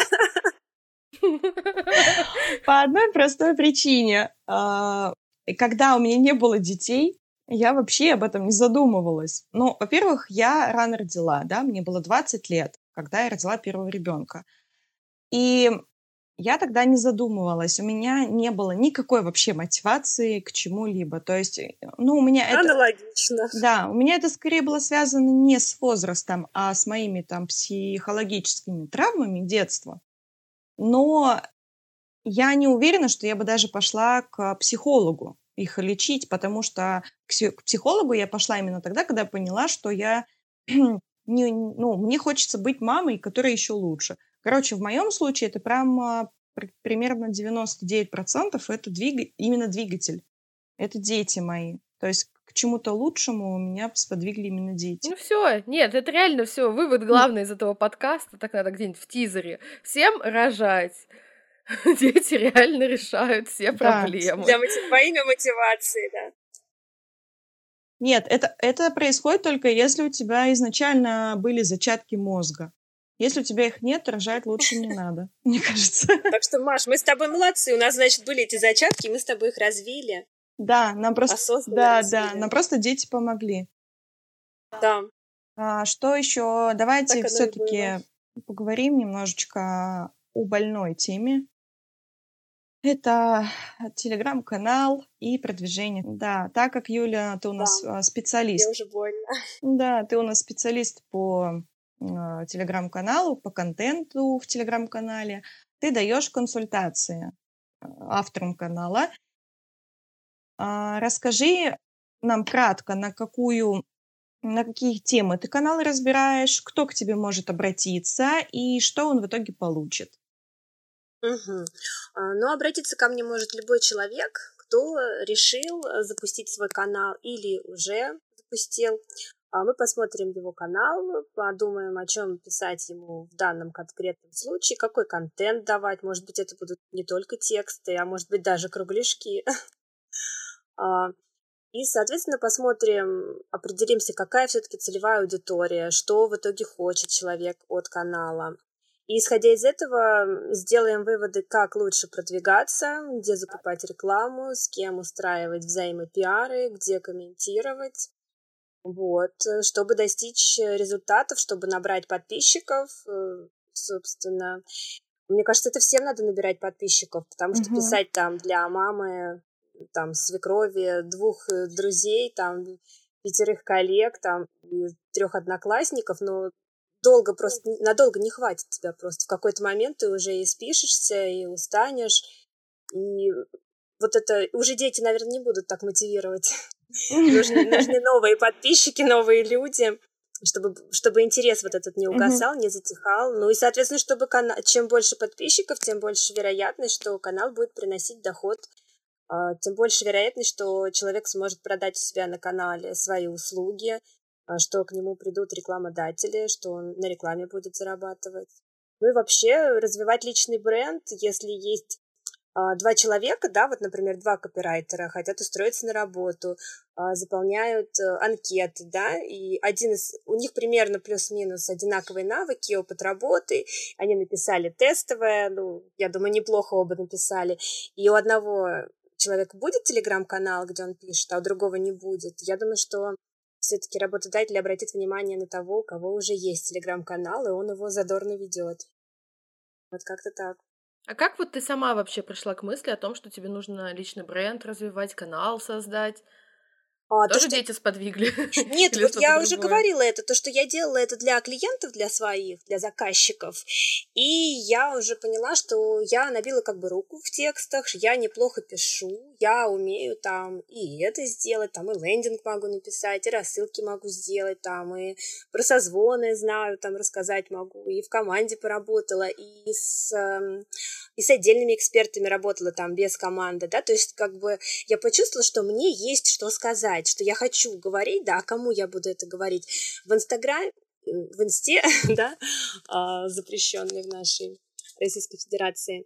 по одной простой причине. А, и Когда у меня не было детей, я вообще об этом не задумывалась. Ну, во-первых, я рано родила, да, мне было двадцать лет, когда я родила первого ребенка. И я тогда не задумывалась, у меня не было никакой вообще мотивации к чему-либо. То есть, э, ну, у меня это... Аналогично. Да, у меня это скорее было связано не с возрастом, а с моими там психологическими травмами детства. Но я не уверена, что я бы даже пошла к психологу их лечить, потому что к пси- к психологу я пошла именно тогда, когда поняла, что я не, ну, мне хочется быть мамой, которая еще лучше. Короче, в моем случае это прям а, при- примерно девяносто девять процентов это двига- именно двигатель. Это дети мои. То есть к чему-то лучшему меня сподвигли именно дети. Ну все, нет, это реально все. Вывод главный из этого подкаста, так надо где-нибудь в тизере. Всем рожать. Дети реально решают все Да. проблемы. Для мотив... Во имя мотивации, да. Нет, это, это происходит только если у тебя изначально были зачатки мозга. Если у тебя их нет, рожать лучше не надо, мне кажется. Так что, Маш, мы с тобой молодцы. У нас, значит, были эти зачатки, и мы с тобой их развили. Да, нам просто, Осознанно да, развили. да, нам просто дети помогли. Да. А, что еще? Так Давайте оно и все-таки поговорим немножечко о больной теме. Это телеграм-канал и продвижение. Да, так как, Юля, ты у нас Да. а, Мне специалист. уже больно. Да, ты у нас специалист по а, телеграм-каналу, по контенту в телеграм-канале. Ты даешь консультации а, авторам канала. А, Расскажи нам кратко, на какую, на какие темы ты каналы разбираешь, кто к тебе может обратиться и что он в итоге получит. Мгм. А, Ну, обратиться ко мне может любой человек, кто решил э, запустить свой канал или уже запустил. А, Мы посмотрим его канал, подумаем, о чем писать ему в данном конкретном случае, какой контент давать. Может быть, это будут не только тексты, а может быть, даже кругляшки. А, И, соответственно, посмотрим, определимся, какая все-таки целевая аудитория, что в итоге хочет человек от канала. И, исходя из этого, м, сделаем выводы, как лучше продвигаться, где закупать рекламу, с кем устраивать взаимопиары, где комментировать. Вот, э, чтобы достичь э, результатов, чтобы набрать подписчиков, э, собственно. Мне кажется, это всем надо набирать подписчиков, потому что Мгм. писать там для мамы, там, свекрови, двух э, друзей, там, пятерых коллег, там, и трех одноклассников, но долго просто, надолго не хватит тебя просто. В какой-то момент ты уже и спишешься, и устанешь, и вот это уже дети, наверное, не будут так мотивировать. Нужны, нужны новые подписчики, новые люди, чтобы, чтобы интерес вот этот не Мгм. угасал, не затихал. Ну и, соответственно, чтобы кана... чем больше подписчиков, тем больше вероятность, что канал будет приносить доход. А, Тем больше вероятность, что человек сможет продать у себя на канале свои услуги, а, что к нему придут рекламодатели, что он на рекламе будет зарабатывать. Ну и вообще развивать личный бренд, если есть а, два человека, да, вот, например, два копирайтера хотят устроиться на работу, а, заполняют а, анкеты, да, и один из, у них примерно плюс-минус одинаковые навыки, опыт работы, они написали тестовое, ну, я думаю, неплохо оба написали, и у одного человека будет телеграм-канал, где он пишет, а у другого не будет. Я думаю, что все-таки работодатель обратит внимание на того, у кого уже есть телеграм-канал, и он его задорно ведет. Вот как-то так. А как вот ты сама вообще пришла к мысли о том, что тебе нужно личный бренд развивать, канал создать? А, Тоже то, что... дети сподвигли? Нет, вот я уже говорила это, то, что я делала это для клиентов, для своих, для заказчиков, и я уже поняла, что я набила как бы руку в текстах, я неплохо пишу, я умею там и это сделать, там и лендинг могу написать, и рассылки могу сделать, там и про созвоны знаю, там рассказать могу, и в команде поработала, и с... и с отдельными экспертами работала там без команды, да, то есть как бы я почувствовала, что мне есть что сказать, что я хочу говорить, да, а кому я буду это говорить? В Инстаграме, в Инсте, да, запрещенный в нашей Российской Федерации,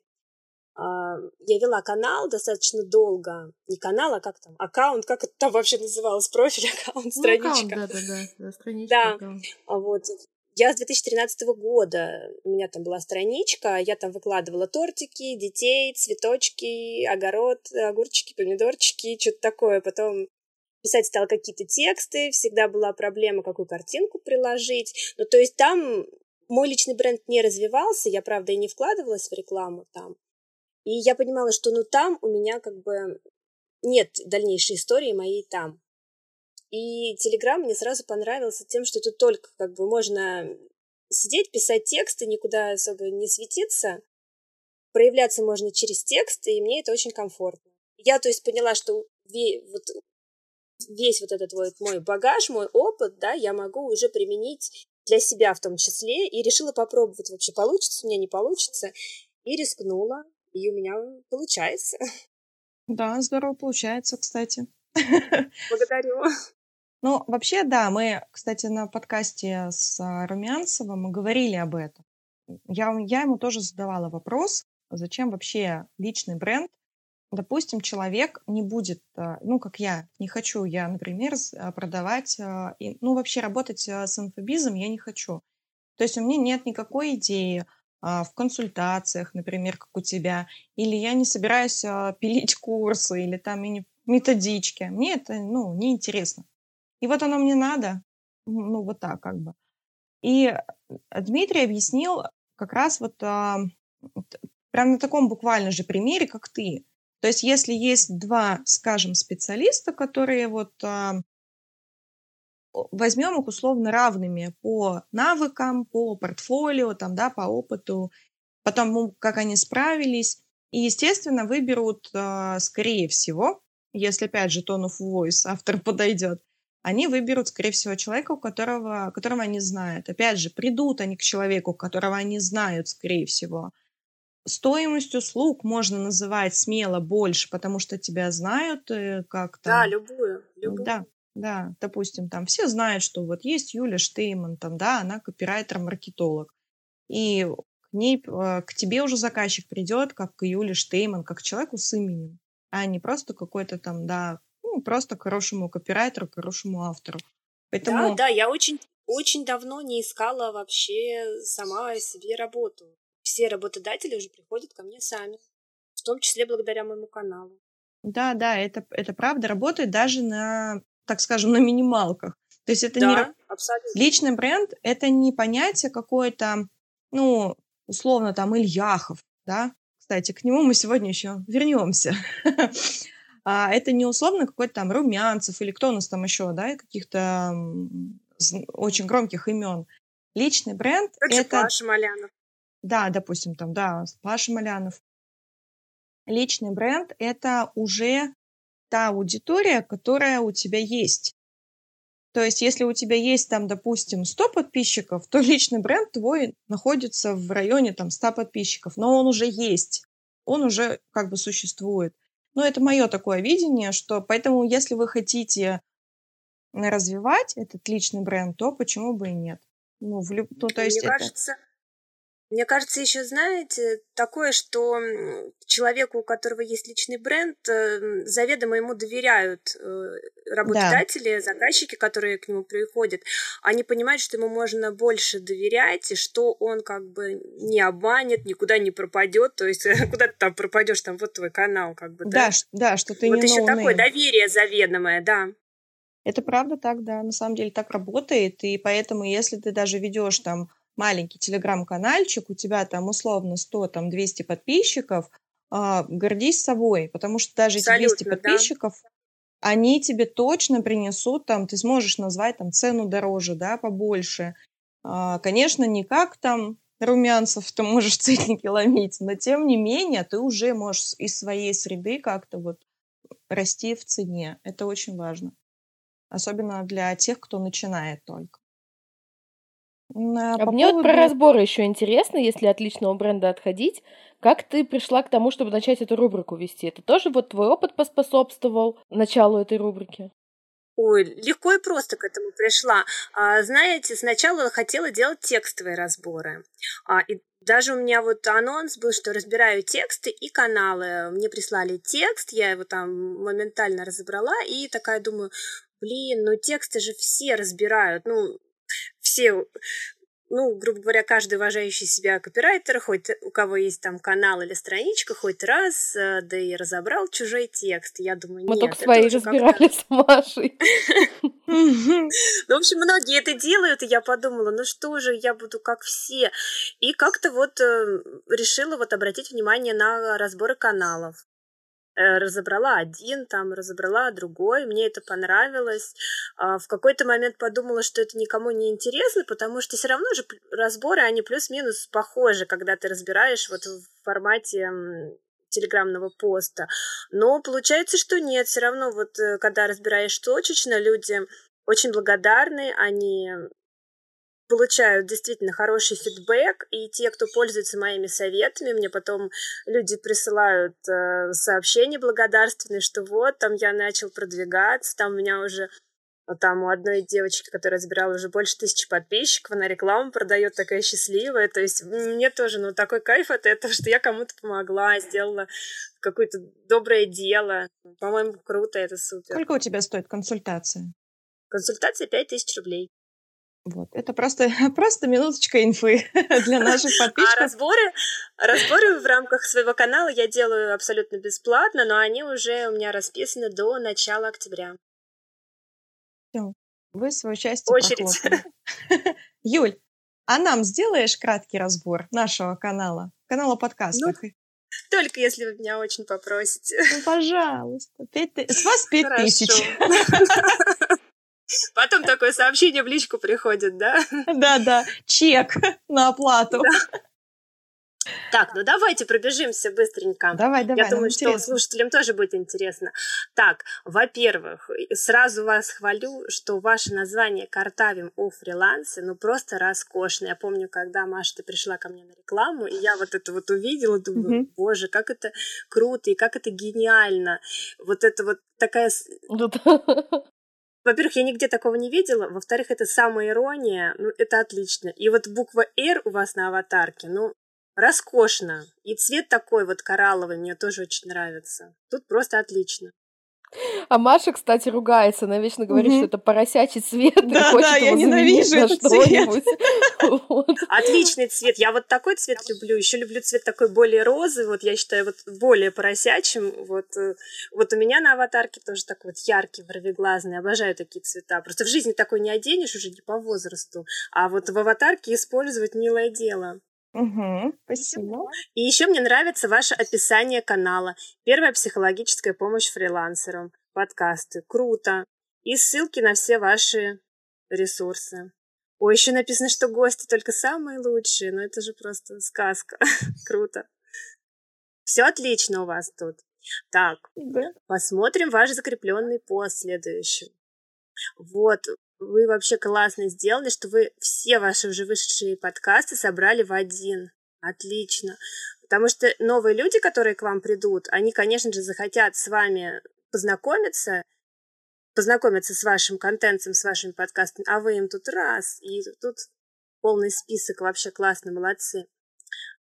я вела канал достаточно долго, не канал, а как там, аккаунт, как это там вообще называлось, профиль, аккаунт, страничка. Ну, аккаунт, да-да-да, да, страничка. Да, аккаунт. вот. Я с две тысячи тринадцатого года, у меня там была страничка, я там выкладывала тортики, детей, цветочки, огород, огурчики, помидорчики, что-то такое. Потом писать стала какие-то тексты, всегда была проблема, какую картинку приложить. Ну, то есть там мой личный бренд не развивался, я, правда, и не вкладывалась в рекламу там. И я понимала, что ну там у меня как бы нет дальнейшей истории моей там. И Телеграм мне сразу понравился тем, что тут только как бы можно сидеть, писать тексты, никуда особо не светиться. Проявляться можно через тексты, и мне это очень комфортно. Я, то есть, поняла, что весь вот, весь вот этот вот мой багаж, мой опыт, да, я могу уже применить для себя в том числе, и решила попробовать, вообще получится у меня, не получится, и рискнула, и у меня получается. Да, здорово получается, кстати. Благодарю. Ну, вообще, да, мы, кстати, на подкасте с Румянцевым мы говорили об этом. Я, я ему тоже задавала вопрос, зачем вообще личный бренд. Допустим, человек не будет, ну, как я, не хочу я, например, продавать, ну, вообще работать с инфобизом я не хочу. То есть у меня нет никакой идеи в консультациях, например, как у тебя, или я не собираюсь пилить курсы, или там методички. Мне это, ну, неинтересно. И вот оно мне надо, ну, вот так как бы. И Дмитрий объяснил как раз вот а, прям на таком буквально же примере, как ты. То есть если есть два, скажем, специалиста, которые вот а, возьмем их условно равными по навыкам, по портфолио, там, да, по опыту, по тому, как они справились, и, естественно, выберут, а, скорее всего, если, опять же, tone of voice автор подойдет, они выберут, скорее всего, человека, у которого, которого они знают. Опять же, придут они к человеку, которого они знают, скорее всего. Стоимость услуг можно называть смело больше, потому что тебя знают как там... Да, любую. любую. Да, да, допустим, там все знают, что вот есть Юля Штейман, там, да, она копирайтер-маркетолог. И к ней, к тебе уже заказчик придет, как к Юле Штейман, как к человеку с именем, а не просто какой-то там, да, ну, просто к хорошему копирайтеру, к хорошему автору. Поэтому... Да, да, я очень, очень давно не искала вообще сама себе работу. Все работодатели уже приходят ко мне сами, в том числе благодаря моему каналу. Да, да, это, это правда работает даже на, так скажем, на минималках. То есть это да, не... абсолютно. Личный бренд — это не понятие какое-то, ну, условно, там, Ильяхов, да? Кстати, к нему мы сегодня еще вернемся. А это не условно какой-то там Румянцев или кто у нас там еще, да, каких-то очень громких имен. Личный бренд — это... Паша Малянов. Да, допустим, там, да, Паша Малянов. Личный бренд — это уже та аудитория, которая у тебя есть. То есть, если у тебя есть там, допустим, сто подписчиков, то личный бренд твой находится в районе там ста подписчиков, но он уже есть, он уже как бы существует. Ну, это мое такое видение, что поэтому, если вы хотите развивать этот личный бренд, то почему бы и нет? Ну, в люб... ну, то есть Мне это... кажется, Мне кажется, еще, знаете, такое, что человеку, у которого есть личный бренд, заведомо ему доверяют работодатели, да. заказчики, которые к нему приходят. Они понимают, что ему можно больше доверять, и что он как бы не обманет, никуда не пропадет. То есть куда ты там пропадешь, там вот твой канал, как бы, да? Да, да, что ты вот не еще no такое name. доверие заведомое, да. Это правда так, да, на самом деле так работает, и поэтому, если ты даже ведешь там маленький телеграм-канальчик, у тебя там условно сто, там двести подписчиков, э, гордись собой, потому что даже Абсолютно, эти двести подписчиков, да. они тебе точно принесут, там, ты сможешь назвать там цену дороже, да, побольше. Э, конечно, не как там Румянцев ты можешь ценники ломить, но тем не менее ты уже можешь из своей среды как-то вот расти в цене. Это очень важно. Особенно для тех, кто начинает только. А, а мне поводу... вот про разборы еще интересно, если от личного бренда отходить. Как ты пришла к тому, чтобы начать эту рубрику вести? Это тоже вот твой опыт поспособствовал началу этой рубрики? Ой, легко и просто к этому пришла. А, знаете, сначала хотела делать текстовые разборы. А, и даже у меня вот анонс был, что разбираю тексты и каналы. Мне прислали текст, я его там моментально разобрала, и такая думаю, блин, ну тексты же все разбирают, ну, все... Ну, грубо говоря, каждый уважающий себя копирайтер, хоть у кого есть там канал или страничка, хоть раз, да и разобрал чужой текст. Я думаю, нет. Мы только свои разбирали с Машей. Ну, в общем, многие это делают, и я подумала, ну что же, я буду как все. И как-то вот решила вот обратить внимание на разборы каналов. Разобрала один, там, разобрала другой, мне это понравилось. В какой-то момент подумала, что это никому не интересно, потому что все равно же разборы, они плюс-минус похожи, когда ты разбираешь вот в формате телеграмного поста. Но получается, что нет, все равно вот когда разбираешь точечно, люди очень благодарны, они получают действительно хороший фидбэк, и те, кто пользуется моими советами, мне потом люди присылают э, сообщения благодарственные, что вот, там я начал продвигаться, там у меня уже, вот там у одной девочки, которая разбирала уже больше тысячи подписчиков, она рекламу продает, такая счастливая, то есть мне тоже, ну, такой кайф от этого, что я кому-то помогла, сделала какое-то доброе дело, по-моему, круто, это супер. Сколько у тебя стоит консультация? Консультация пять тысяч рублей. Вот, это просто, просто минуточка инфы для наших подписчиков. А разборы, разборы в рамках своего канала я делаю абсолютно бесплатно, но они уже у меня расписаны до начала октября. Все, вы свою часть Очередь. Юль, а нам сделаешь краткий разбор нашего канала, канала подкастов? Ну, только если вы меня очень попросите. Ну, пожалуйста. пять ты... С вас пять тысяч. Потом такое сообщение в личку приходит, да? Да-да, чек на оплату. Да. Так, ну давайте пробежимся быстренько. Давай, давай. Я думаю, что интересно. Слушателям тоже будет интересно. Так, во-первых, сразу вас хвалю, что ваше название «Картавим о фрилансе» ну просто роскошное. Я помню, когда, Маша, ты пришла ко мне на рекламу, и я вот это вот увидела, думаю, угу. боже, как это круто и как это гениально. Вот это вот такая... Во-первых, я нигде такого не видела. Во-вторых, это самоирония. Ну, это отлично. И вот буква «Р» у вас на аватарке, ну, роскошно. И цвет такой вот коралловый мне тоже очень нравится. Тут просто отлично. А Маша, кстати, ругается. Она вечно говорит, угу. что это поросячий цвет. Да, и хочет да, его я ненавижу на этот что-нибудь. Вот. Отличный цвет. Я вот такой цвет люблю. Еще люблю цвет такой более розовый. Вот я считаю, вот более поросячим. Вот, вот у меня на аватарке тоже такой вот яркий, бровеглазный. Обожаю такие цвета. Просто в жизни такой не оденешь уже не по возрасту. А вот в аватарке использовать милое дело. Угу, спасибо. И еще мне нравится ваше описание канала. Первая психологическая помощь фрилансерам. Подкасты. Круто. И ссылки на все ваши ресурсы. Ой, еще написано, что гости только самые лучшие. Ну, это же просто сказка. Круто. Все отлично у вас тут. Так, да. Посмотрим ваш закрепленный пост следующий. Вот. Вы вообще классно сделали, что вы все ваши уже вышедшие подкасты собрали в один. Отлично. Потому что новые люди, которые к вам придут, они, конечно же, захотят с вами познакомиться, познакомиться с вашим контентом, с вашими подкастами, а вы им тут раз, и тут полный список, вообще классно, молодцы.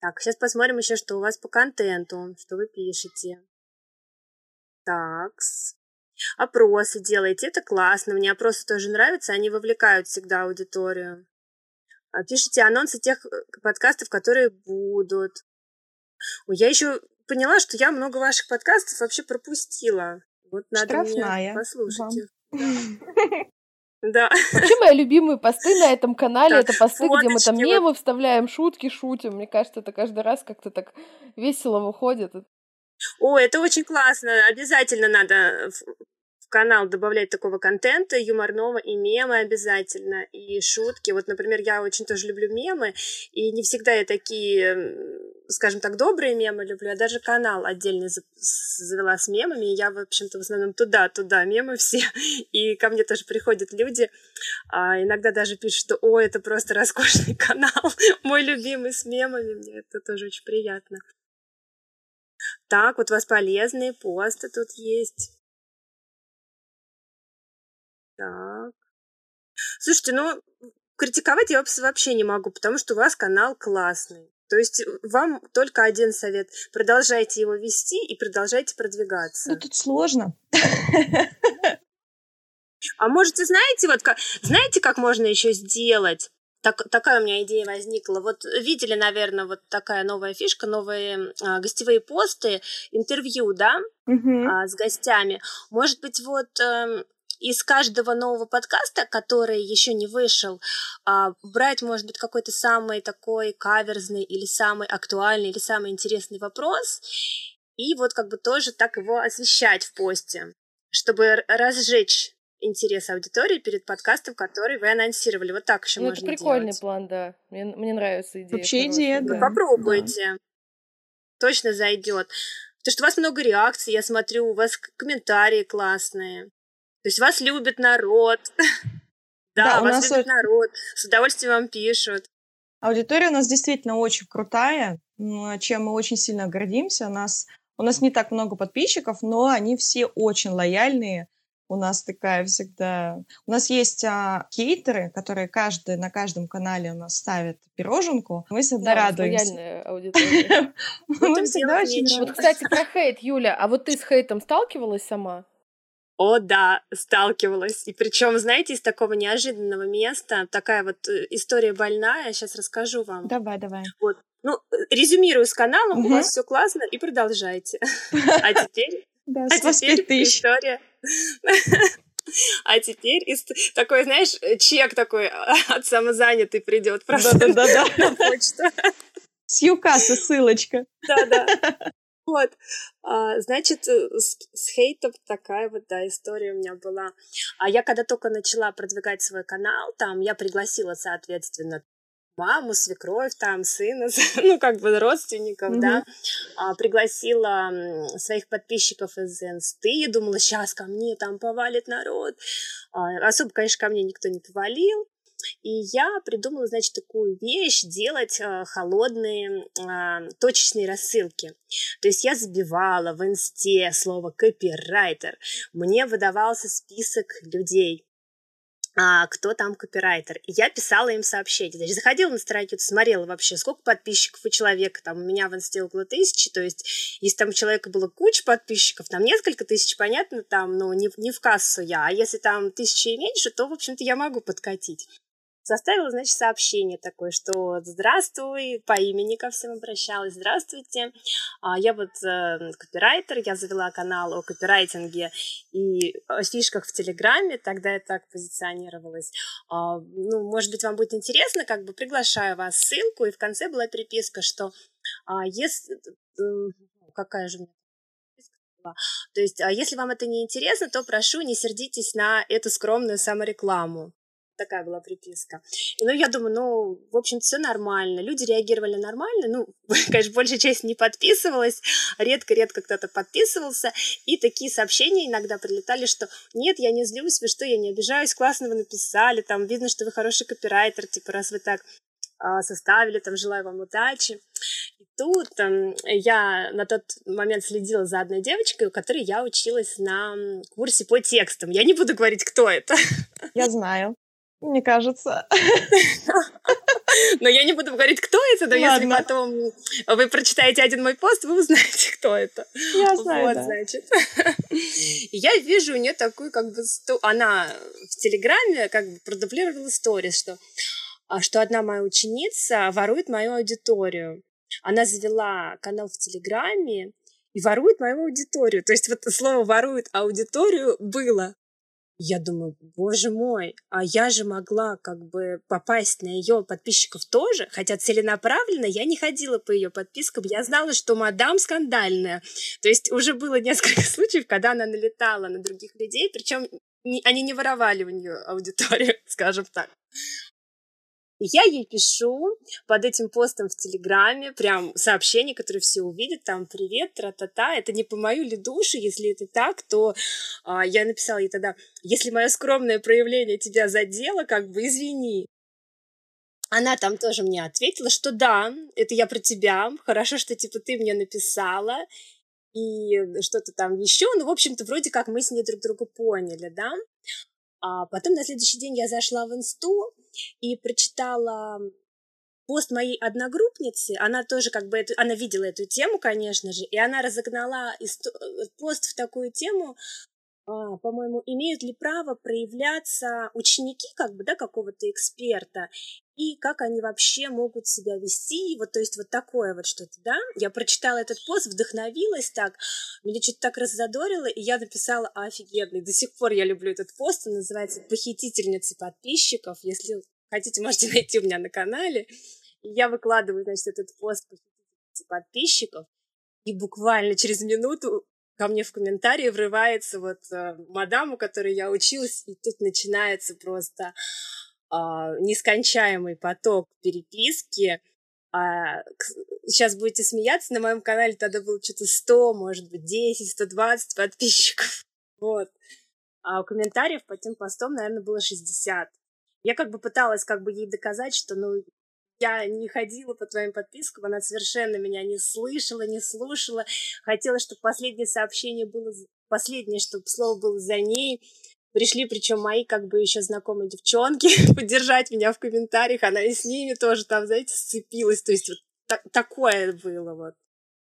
Так, сейчас посмотрим еще, что у вас по контенту, что вы пишете. Так, опросы делаете, это классно. Мне опросы тоже нравятся, они вовлекают всегда аудиторию. Пишите анонсы тех подкастов, которые будут. Ой, я еще поняла, что я много ваших подкастов вообще пропустила. Вот надо Штрафная мне послушать их. Да. Вообще мои любимые посты на этом канале — это посты, где мы там мемы вставляем, шутки шутим. Мне кажется, это каждый раз как-то так весело выходит. О, это очень классно. Обязательно надо в канал добавлять такого контента, юморного, и мемы обязательно, и шутки. Вот, например, я очень тоже люблю мемы, и не всегда я такие, скажем так, добрые мемы люблю, я даже канал отдельно завела с мемами, и я, в общем-то, в основном туда-туда мемы все, и ко мне тоже приходят люди, а иногда даже пишут, что «О, это просто роскошный канал, мой любимый с мемами», мне это тоже очень приятно. Так, вот у вас полезные посты тут есть. Так. Слушайте, ну, критиковать я вообще не могу, потому что у вас канал классный. То есть вам только один совет. Продолжайте его вести и продолжайте продвигаться. Ну, тут сложно. А можете, знаете, вот как, знаете, как можно еще сделать? Так, такая у меня идея возникла. Вот видели, наверное, вот такая новая фишка, новые а, гостевые посты, интервью, да, Угу. а, с гостями. Может быть, вот а, из каждого нового подкаста, который еще не вышел, а, брать, может быть, какой-то самый такой каверзный или самый актуальный или самый интересный вопрос, и вот как бы тоже так его освещать в посте, чтобы разжечь интерес аудитории перед подкастом, который вы анонсировали. Вот так еще ну, можно это прикольный делать. план, да. Мне, мне нравится идея. Вообще идея, Вы да. попробуйте. Да. Точно зайдет. Потому что у вас много реакций, я смотрю, у вас комментарии классные. То есть вас любит народ. Да, вас любит народ. С удовольствием вам пишут. Аудитория у нас действительно очень крутая, чем мы очень сильно гордимся. У нас, у нас не так много подписчиков, но они все очень лояльные. У нас такая всегда... У нас есть а, хейтеры, которые каждый, на каждом канале у нас ставят пироженку. Мы всегда да, радуемся. лояльная аудитория. Мы всегда очень рады. Вот, кстати, про хейт, Юля, а вот ты с хейтом сталкивалась сама? О, да, сталкивалась. И причем, знаете, из такого неожиданного места, такая вот история больная, сейчас расскажу вам. Давай, давай. Вот. Ну, резюмирую с каналом, угу. У вас все классно, и продолжайте. А теперь... Да, с теперь история. А теперь такой, знаешь, чек такой от самозанятый придет просто на почту. С Юкаса ссылочка. Да-да. Вот. Значит, с хейтом такая вот, да, история у меня была. А я когда только начала продвигать свой канал, там я пригласила, соответственно, маму, свекровь, там, сына, ну, как бы родственников, mm-hmm. да, а, пригласила своих подписчиков из инсты, думала, сейчас ко мне там повалит народ. А, особо, конечно, ко мне никто не повалил. И я придумала, значит, такую вещь, делать а, холодные а, точечные рассылки. То есть я забивала в инсте слово «копирайтер». Мне выдавался список людей, А, кто там копирайтер. И я писала им сообщения. Значит, заходила на страницу, смотрела вообще, сколько подписчиков у человека. Там у меня в инсте около тысячи. То есть, если там у человека было куча подписчиков, там несколько тысяч, понятно, там, ну, не, не в кассу я. А если там тысячи и меньше, то, в общем-то, я могу подкатить. Составила, значит, сообщение такое, что «Здравствуй», по имени ко всем обращалась. «Здравствуйте, я вот э, копирайтер, я завела канал о копирайтинге и о фишках в Телеграме», тогда я так позиционировалась. А, ну, может быть, вам будет интересно, как бы приглашаю вас, ссылку, и в конце была переписка, что а, если... Какая же у меня переписка была? То есть, а если вам это не интересно, то прошу, не сердитесь на эту скромную саморекламу. Такая была приписка. И, ну, я думаю, ну, в общем, все нормально. Люди реагировали нормально. Ну, конечно, большая часть не подписывалась. Редко-редко кто-то подписывался. И такие сообщения иногда прилетали, что нет, я не злюсь, вы что, я не обижаюсь, классно вы написали, там, видно, что вы хороший копирайтер, типа, раз вы так а, составили, там, желаю вам удачи. И тут там, я на тот момент следила за одной девочкой, у которой я училась на курсе по текстам. Я не буду говорить, кто это. Я знаю. Мне кажется. Но я не буду говорить, кто это, но Ладно. Если потом вы прочитаете один мой пост, вы узнаете, кто это. Я знаю, вот, да. значит. И я вижу у нее такую, как бы, сто... она в Телеграме как бы продублировала сторис, что, что одна моя ученица ворует мою аудиторию. Она завела канал в Телеграме и ворует мою аудиторию. То есть вот слово «ворует аудиторию» было. Я думаю, боже мой, а я же могла как бы попасть на ее подписчиков тоже, хотя целенаправленно я не ходила по ее подпискам, я знала, что мадам скандальная. То есть уже было несколько случаев, когда она налетала на других людей, причем они не воровали у нее аудиторию, скажем так. И я ей пишу под этим постом в Телеграме прям сообщение, которое все увидят, там «Привет, тра-та-та». Это не по мою ли душу, если это так, то а, я написала ей тогда: если мое скромное проявление тебя задело, как бы извини. Она там тоже мне ответила, что да, это я про тебя, хорошо, что типа ты мне написала, и что-то там еще. Ну, в общем-то, вроде как мы с ней друг друга поняли, да. А потом на следующий день я зашла в инсту и прочитала пост моей одногруппницы. Она тоже как бы, эту, она видела эту тему, конечно же, и она разогнала исто- пост в такую тему, а, по-моему, имеют ли право проявляться ученики как бы, да, какого-то эксперта, и как они вообще могут себя вести, вот, то есть вот такое вот что-то, да. Я прочитала этот пост, вдохновилась так, меня что-то так раззадорило, и я написала офигенный. До сих пор я люблю этот пост, он называется «Похитительница подписчиков». Если хотите, можете найти у меня на канале. И я выкладываю, значит, этот пост «Похитительница подписчиков», и буквально через минуту ко мне в комментарии врывается вот э, мадам, у которой я училась, и тут начинается просто э, нескончаемый поток переписки. А, сейчас будете смеяться, на моем канале тогда было что-то сто, может быть, десять, сто двадцать подписчиков. Вот. А у комментариев по тем постам, наверное, было шестьдесят. Я как бы пыталась как бы ей доказать, что, ну, я не ходила по твоим подпискам, она совершенно меня не слышала, не слушала. Хотела, чтобы последнее сообщение было, последнее, чтобы слово было за ней. Пришли, причем мои как бы еще знакомые девчонки поддержать меня в комментариях, она и с ними тоже там, знаете, сцепилась. То есть вот так, такое было вот.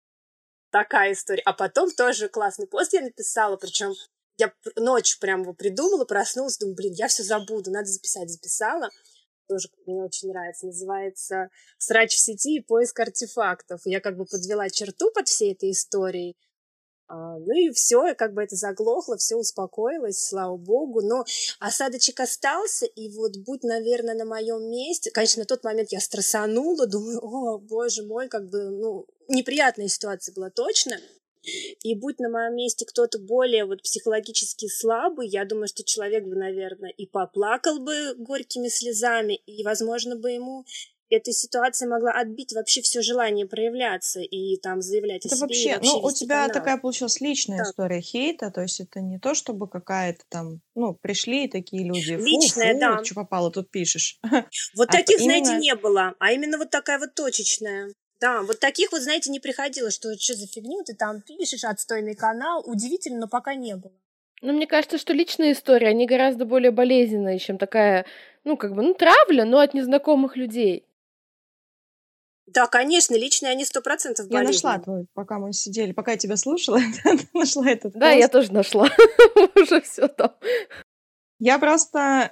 Такая история. А потом тоже классный пост я написала, причем я ночью прям его придумала, проснулась, думаю, блин, я все забуду, надо записать. Записала. Тоже мне очень нравится, называется «Срач в сети и поиск артефактов». Я как бы подвела черту под всей этой историей, а, ну и все, как бы это заглохло, все успокоилось, слава богу, но осадочек остался, и вот будь, наверное, на моем месте, конечно, на тот момент я стрессанула, думаю, о, боже мой, как бы, ну, неприятная ситуация была точно. И будь на моем месте кто-то более вот психологически слабый, я думаю, что человек бы, наверное, и поплакал бы горькими слезами, и, возможно, бы ему эта ситуация могла отбить вообще все желание проявляться и там заявлять о это себе. Вообще, и вообще ну, у вести тебя канал. такая получилась личная Так. история хейта, то есть это не то, чтобы какая-то там, ну, пришли такие люди, Личная, фу-фу, да. что попало, тут пишешь. Вот А таких, именно... знаете, не было, а именно вот такая вот точечная. Да, вот таких вот, знаете, не приходило, что что за фигню ты там пишешь, отстойный канал. Удивительно, но пока не было. Ну, мне кажется, что личные истории, они гораздо более болезненные, чем такая, ну, как бы, ну, травля, но от незнакомых людей. Да, конечно, личные они сто процентов болезненные. Я нашла твой, пока мы сидели, пока я тебя слушала, нашла этот Да, пост. я тоже нашла. Уже все там. Я просто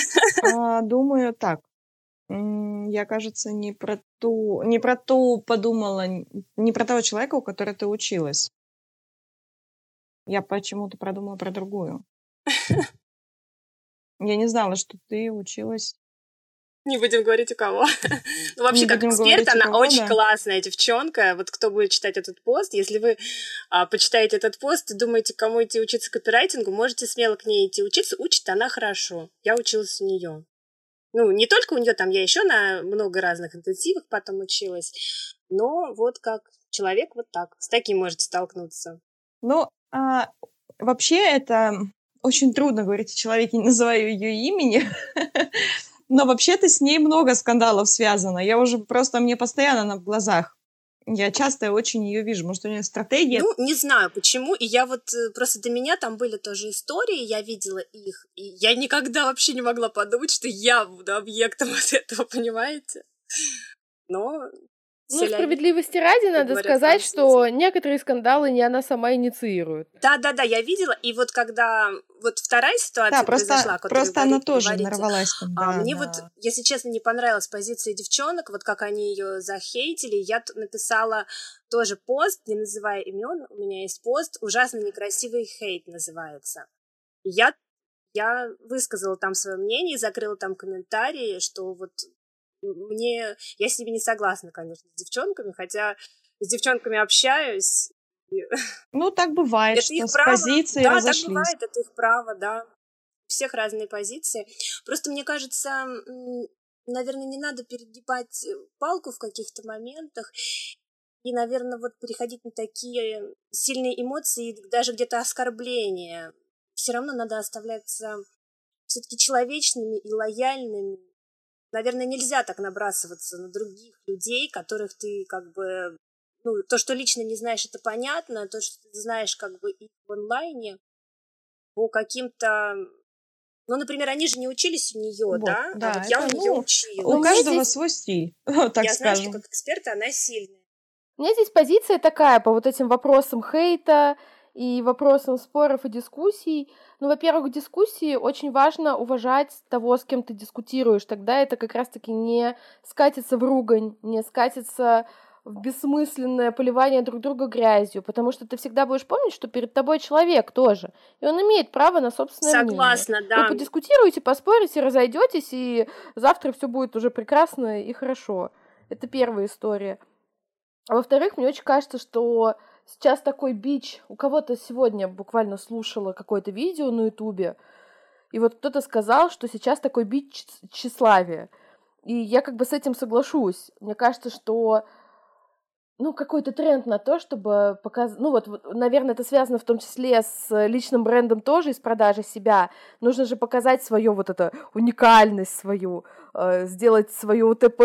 думаю так. Я, кажется, не про ту, не про ту подумала, не про того человека, у которого ты училась. Я почему-то продумала про другую. Я не знала, что ты училась. Не будем говорить у кого. Ну, вообще, Не как будем эксперт, говорить, у она кого, очень да. классная девчонка. Вот кто будет читать этот пост, если вы а, почитаете этот пост и думаете, кому идти учиться копирайтингу, можете смело к ней идти учиться. Учит она хорошо. Я училась у нее. Ну, не только у нее, там я еще на много разных интенсивах потом училась, но вот как человек вот так, с таким можете столкнуться. Ну, а, вообще это очень трудно говорить о человеке, не называю ее имени, но вообще-то с ней много скандалов связано. Я уже просто, мне постоянно на глазах. Я часто очень ее вижу. Может, у нее стратегия? Ну, не знаю, почему. И я вот, просто до меня там были тоже истории, я видела их, и я никогда вообще не могла подумать, что я буду объектом вот этого, понимаете? Но... Ну, справедливости ради надо сказать, что некоторые скандалы не она сама инициирует. Да-да-да, я видела, и вот когда вот вторая ситуация да, просто, произошла, которую просто вы она тоже говорите, нарвалась там, да, а, мне да. вот, если честно, не понравилась позиция девчонок, вот как они ее захейтили, я написала тоже пост, не называя имен, у меня есть пост «Ужасно некрасивый хейт» называется. И я, я высказала там свое мнение, закрыла там комментарии, что вот мне... Я с ними не согласна, конечно, с девчонками, хотя с девчонками общаюсь. Ну, так бывает, это что их с право. позиции да, разошлись. Так бывает, это их право, да. У всех разные позиции. Просто, мне кажется, наверное, не надо перегибать палку в каких-то моментах и, наверное, вот переходить на такие сильные эмоции, даже где-то оскорбления. Все равно надо оставляться все-таки человечными и лояльными. Наверное, нельзя так набрасываться на других людей, которых ты как бы... Ну, то, что лично не знаешь, это понятно. То, что ты знаешь как бы и в онлайне по каким-то... Ну, например, они же не учились у нее, вот, да? да? А вот я это, у нее ну, училась. У каждого здесь... свой стиль, так я скажем. знаю, что как эксперт она сильная. У меня здесь позиция такая по вот этим вопросам хейта и вопросам споров и дискуссий. Ну, во-первых, в дискуссии очень важно уважать того, с кем ты дискутируешь. Тогда это как раз-таки не скатится в ругань, не скатится в бессмысленное поливание друг друга грязью, потому что ты всегда будешь помнить, что перед тобой человек тоже, и он имеет право на собственное Согласна, мнение. да. Вы подискутируете, поспорите, разойдетесь, и завтра все будет уже прекрасно и хорошо. Это первая история. А во-вторых, мне очень кажется, что сейчас такой бич... У кого-то сегодня буквально слушала какое-то видео на Ютубе, и вот кто-то сказал, что сейчас такой бич тщеславия. И я как бы с этим соглашусь. Мне кажется, что ну, какой-то тренд на то, чтобы показать... Ну, вот, наверное, это связано в том числе с личным брендом тоже, и с продажей себя. Нужно же показать свою вот эту уникальность свою, э, сделать свою УТП,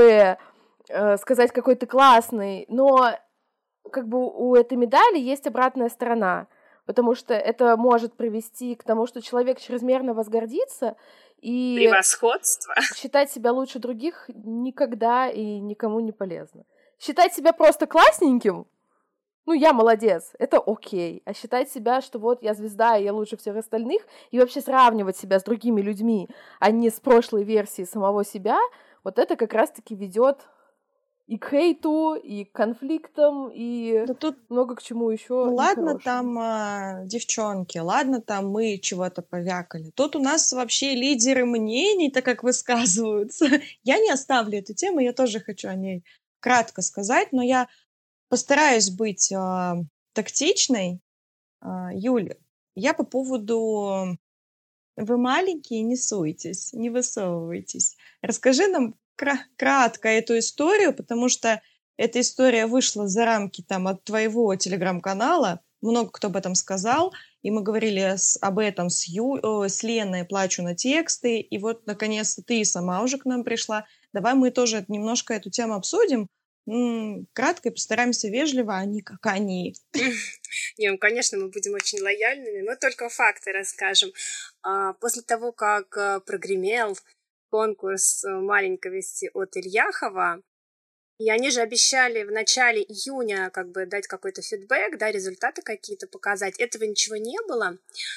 э, сказать, какой ты классный. Но как бы у этой медали есть обратная сторона, потому что это может привести к тому, что человек чрезмерно возгордится, и превосходство. Считать себя лучше других никогда и никому не полезно. Считать себя просто классненьким, ну, я молодец, это окей. А считать себя, что вот я звезда, и я лучше всех остальных, и вообще сравнивать себя с другими людьми, а не с прошлой версией самого себя, вот это как раз-таки ведет и к хейту, и к конфликтам, и да тут... много к чему еще. Ну, ладно там а, девчонки, ладно там мы чего-то повякали. Тут у нас вообще лидеры мнений-то как высказываются. Я не оставлю эту тему, я тоже хочу о ней кратко сказать, но я постараюсь быть а, тактичной. А, Юля, я по поводу... Вы маленькие, не суйтесь, не высовывайтесь. Расскажи нам кра- кратко эту историю, потому что эта история вышла за рамки там, от твоего телеграм-канала. Много кто об этом сказал. И мы говорили с, об этом с, Ю, о, с Леной «Плачу на тексты». И вот, наконец-то, ты сама уже к нам пришла. Давай мы тоже немножко эту тему обсудим. М-м, кратко и постараемся вежливо, а не как они. Не, ну, конечно, мы будем очень лояльными, но только факты расскажем. После того, как прогремел конкурс маленьковости от Ильяхова, и они же обещали в начале июня как бы дать какой-то фидбэк, да, результаты какие-то показать. Этого ничего не было.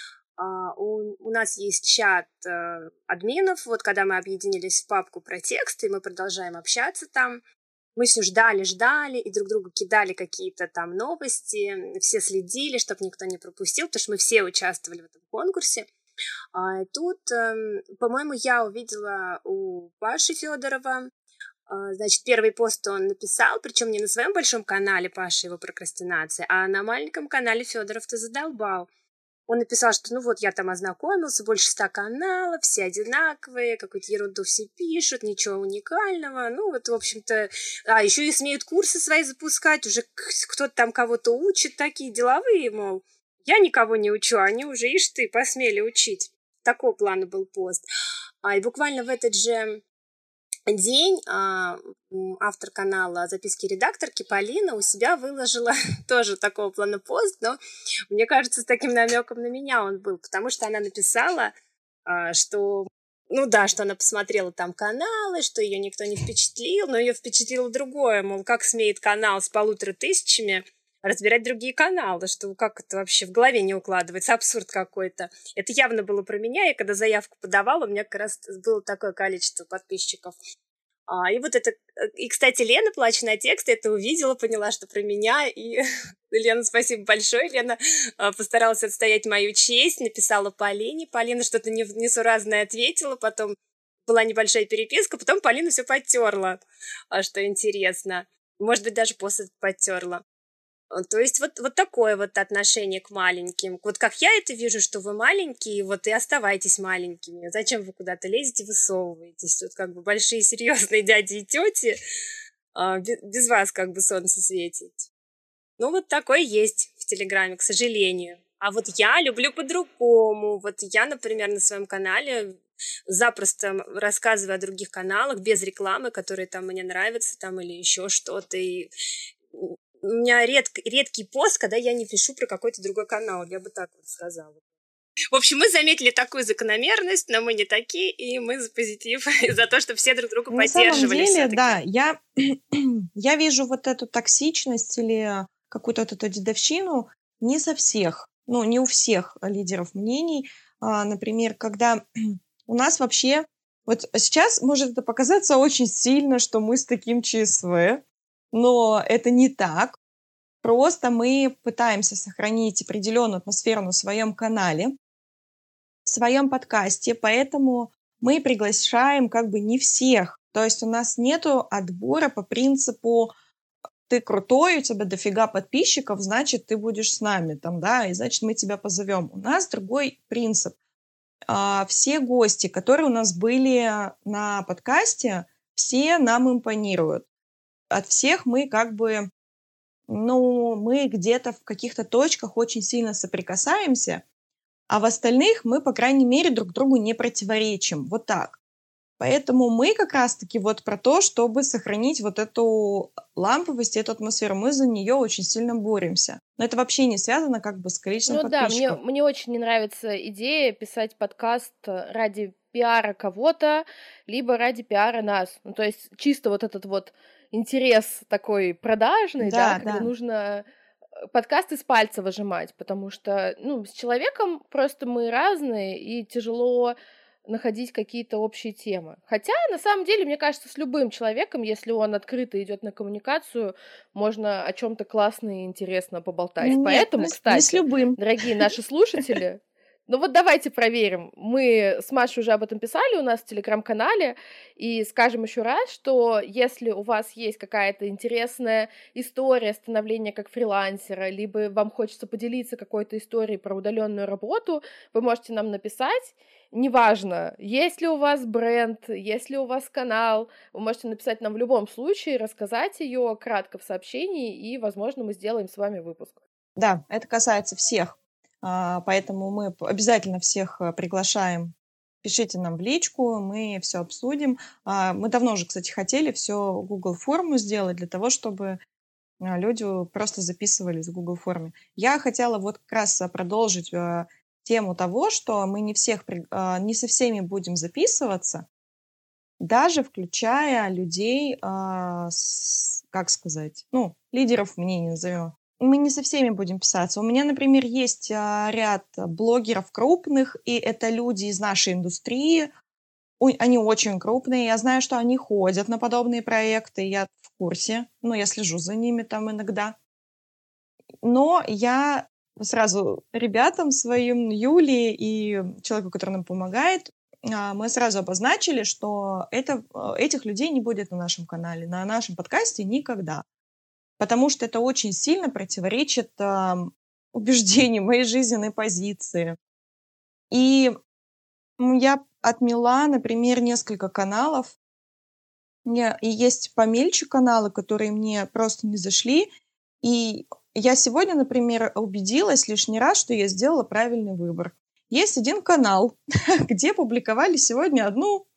У, у нас есть чат админов, вот когда мы объединились в папку про тексты, и мы продолжаем общаться там. Мы все ждали, ждали, и друг другу кидали какие-то там новости, все следили, чтобы никто не пропустил, потому что мы все участвовали в этом конкурсе. А тут, по-моему, я увидела у Паши Федорова, значит, первый пост он написал, причем не на своем большом канале Паша его прокрастинация, а на маленьком канале Федоров ты задолбал. Он написал, что ну вот я там ознакомился, больше ста каналов, все одинаковые, какую-то ерунду все пишут, ничего уникального. Ну вот, в общем-то, а еще и смеют курсы свои запускать, уже кто-то там кого-то учит, такие деловые, мол. Я никого не учу, они уже, ишь ты, посмели учить. Такого плана был пост. А, и буквально в этот же день а, автор канала «Записки редакторки» Полина у себя выложила тоже такого плана пост, но мне кажется, с таким намеком на меня он был, потому что она написала, а, что Ну да, что она посмотрела там каналы, что ее никто не впечатлил, но ее впечатлило другое, мол, как смеет канал с полутора тысячами разбирать другие каналы, что как это вообще в голове не укладывается, абсурд какой-то. Это явно было про меня, я когда заявку подавала, у меня как раз было такое количество подписчиков. А, и вот это... И, кстати, Лена, плача на текст, это увидела, поняла, что про меня, и Лена, спасибо большое, Лена постаралась отстоять мою честь, написала Полине, Полина что-то несуразное ответила, потом была небольшая переписка, потом Полина все подтерла, что интересно, может быть, даже после подтерла. То есть вот, вот такое вот отношение к маленьким. Вот как я это вижу, что вы маленькие, вот и оставайтесь маленькими. Зачем вы куда-то лезете, высовываетесь? Тут как бы большие серьезные дяди и тети, а, без вас как бы солнце светит. Ну вот такое есть в Телеграме, к сожалению. А вот я люблю по-другому. Вот я, например, на своем канале запросто рассказываю о других каналах без рекламы, которые там мне нравятся, там или еще что-то. И у меня редк, редкий пост, когда я не пишу про какой-то другой канал, я бы так вот сказала. В общем, мы заметили такую закономерность, но мы не такие, и мы за позитив, и за то, что все друг друга на поддерживали. На самом деле, все-таки. Да, я, я вижу вот эту токсичность или какую-то вот эту дедовщину не со всех, ну, не у всех лидеров мнений. А, например, когда у нас вообще... Вот сейчас может это показаться очень сильно, что мы с таким ЧСВ, но это не так. Просто мы пытаемся сохранить определенную атмосферу на своем канале, в своем подкасте, поэтому мы приглашаем как бы не всех. То есть у нас нету отбора по принципу «ты крутой, у тебя дофига подписчиков, значит, ты будешь с нами, там, да, и значит, мы тебя позовем». У нас другой принцип. Все гости, которые у нас были на подкасте, все нам импонируют. От всех мы как бы, ну, мы где-то в каких-то точках очень сильно соприкасаемся, а в остальных мы, по крайней мере, друг другу не противоречим. Вот так. Поэтому мы как раз-таки вот про то, чтобы сохранить вот эту ламповость, эту атмосферу. Мы за нее очень сильно боремся. Но это вообще не связано как бы с количеством ну, подписчиков. Ну да, мне, мне очень не нравится идея писать подкаст ради пиара кого-то, либо ради пиара нас. Ну, то есть чисто вот этот вот интерес такой продажный, да, да, когда да. нужно подкаст из пальца выжимать, потому что, ну, с человеком просто мы разные, и тяжело находить какие-то общие темы. Хотя, на самом деле, мне кажется, с любым человеком, если он открыто идет на коммуникацию, можно о чем-то классно и интересно поболтать. Нет, Поэтому, не, кстати, не с любым. Дорогие наши слушатели, ну вот давайте проверим. Мы с Машей уже об этом писали у нас в Телеграм-канале, и скажем еще раз, что если у вас есть какая-то интересная история становления как фрилансера, либо вам хочется поделиться какой-то историей про удаленную работу, вы можете нам написать. Неважно, есть ли у вас бренд, есть ли у вас канал, вы можете написать нам в любом случае, рассказать ее кратко в сообщении, и, возможно, мы сделаем с вами выпуск. Да, это касается всех. Поэтому мы обязательно всех приглашаем. Пишите нам в личку, мы все обсудим. Мы давно уже, кстати, хотели все Google форму сделать для того, чтобы люди просто записывались в Google форме. Я хотела вот как раз продолжить тему того, что мы не, всех, не со всеми будем записываться, даже включая людей, как сказать, ну, лидеров мнений назовем. Мы не со всеми будем писаться. У меня, например, есть а, ряд блогеров крупных, и это люди из нашей индустрии. У, они очень крупные. Я знаю, что они ходят на подобные проекты. Я в курсе. Ну, я слежу за ними там иногда. Но я сразу ребятам своим, Юле и человеку, который нам помогает, а, мы сразу обозначили, что это, этих людей не будет на нашем канале, на нашем подкасте никогда. Потому что это очень сильно противоречит э, убеждениям моей жизненной позиции. И я отмела, например, несколько каналов. И есть помельче каналы, которые мне просто не зашли. И я сегодня, например, убедилась лишний раз, что я сделала правильный выбор. Есть один канал, где публиковали сегодня одну,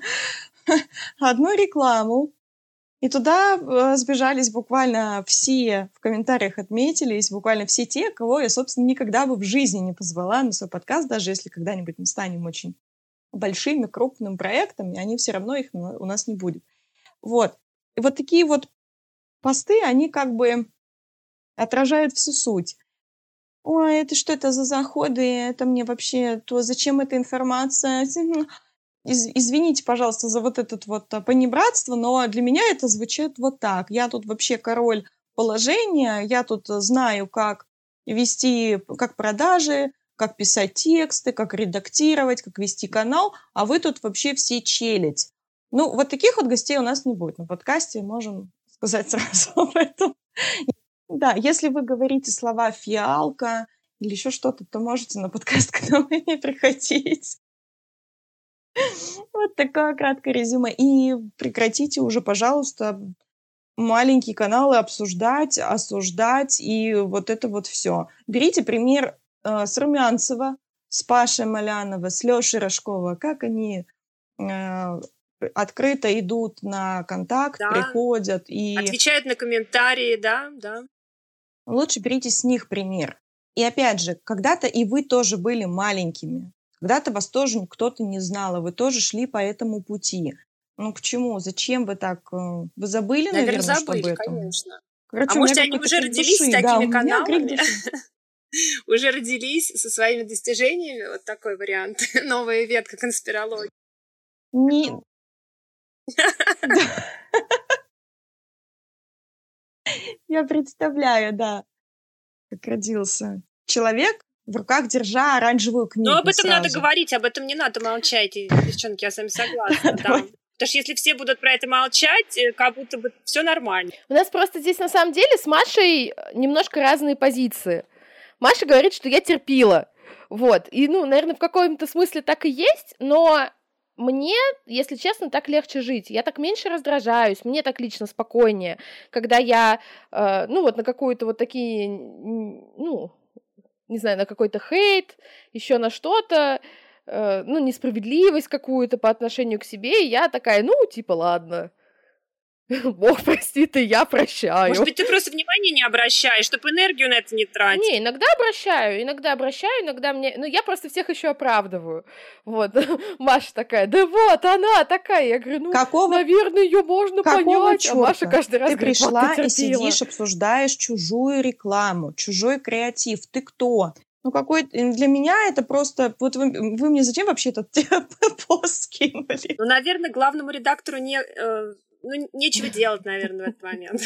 одну рекламу. И туда э, сбежались буквально все, в комментариях отметились, буквально все те, кого я, собственно, никогда бы в жизни не позвала на свой подкаст, даже если когда-нибудь мы станем очень большими, крупными проектами, они все равно их у нас не будет. Вот. И вот такие вот посты, они как бы отражают всю суть. Ой, это что это за заходы? Это мне вообще... То зачем эта информация? Из, извините, пожалуйста, за вот это вот понебратство, но для меня это звучит вот так. Я тут вообще король положения, я тут знаю, как вести, как продажи, как писать тексты, как редактировать, как вести канал, а вы тут вообще все челядь. Ну, вот таких вот гостей у нас не будет на подкасте, можем сказать сразу об этом. Да, если вы говорите слова «фиалка» или еще что-то, то можете на подкаст к нам не приходить. Вот такое краткое резюме. И прекратите уже, пожалуйста, маленькие каналы обсуждать, осуждать и вот это вот все. Берите пример э, с Румянцева, с Пашей Малянова, с Лешей Рожкова, как они э, открыто идут на контакт, да. приходят и... Отвечают на комментарии, да, да. Лучше берите с них пример. И опять же, когда-то и вы тоже были маленькими. Когда-то вас тоже кто-то не знал, а вы тоже шли по этому пути. Ну, к чему? Зачем вы так... Вы забыли, наверное, наверное забыли, что об этом? Конечно. Короче, а может, они уже родились души. с такими да, каналами? Уже родились со своими достижениями? Вот такой вариант. Новая ветка конспирологии. Не... Я представляю, да, как родился человек, в руках держа оранжевую книгу. Ну, об этом сразу. надо говорить, об этом не надо молчать, девчонки, я с вами согласна, да. Потому что если все будут про это молчать, как будто бы все нормально. У нас просто здесь на самом деле с Машей немножко разные позиции. Маша говорит, что я терпила, вот, и, ну, наверное, в каком-то смысле так и есть, но мне, если честно, так легче жить, я так меньше раздражаюсь, мне так лично спокойнее, когда я, э, ну, вот на какую-то вот такие, ну... не знаю, на какой-то хейт, еще на что-то, э, ну, несправедливость какую-то по отношению к себе, и я такая, ну, типа, ладно, Бог простит, и я прощаю. Может быть, ты просто внимания не обращаешь, чтобы энергию на это не тратить? Не, иногда обращаю, иногда обращаю, иногда мне... Ну, я просто всех еще оправдываю. Вот. Маша такая, да вот, она такая. Я говорю, ну, Какого... наверное, ее можно Какого понять. чёрта? А Маша каждый раз ты говорит, пришла вот ты и сидишь, обсуждаешь чужую рекламу, чужой креатив. Ты кто? Ну, какой... Для меня это просто... Вот вы, вы мне зачем вообще этот пост скинули? Ну, наверное, главному редактору не... Э... Ну, нечего делать, наверное, в этот момент.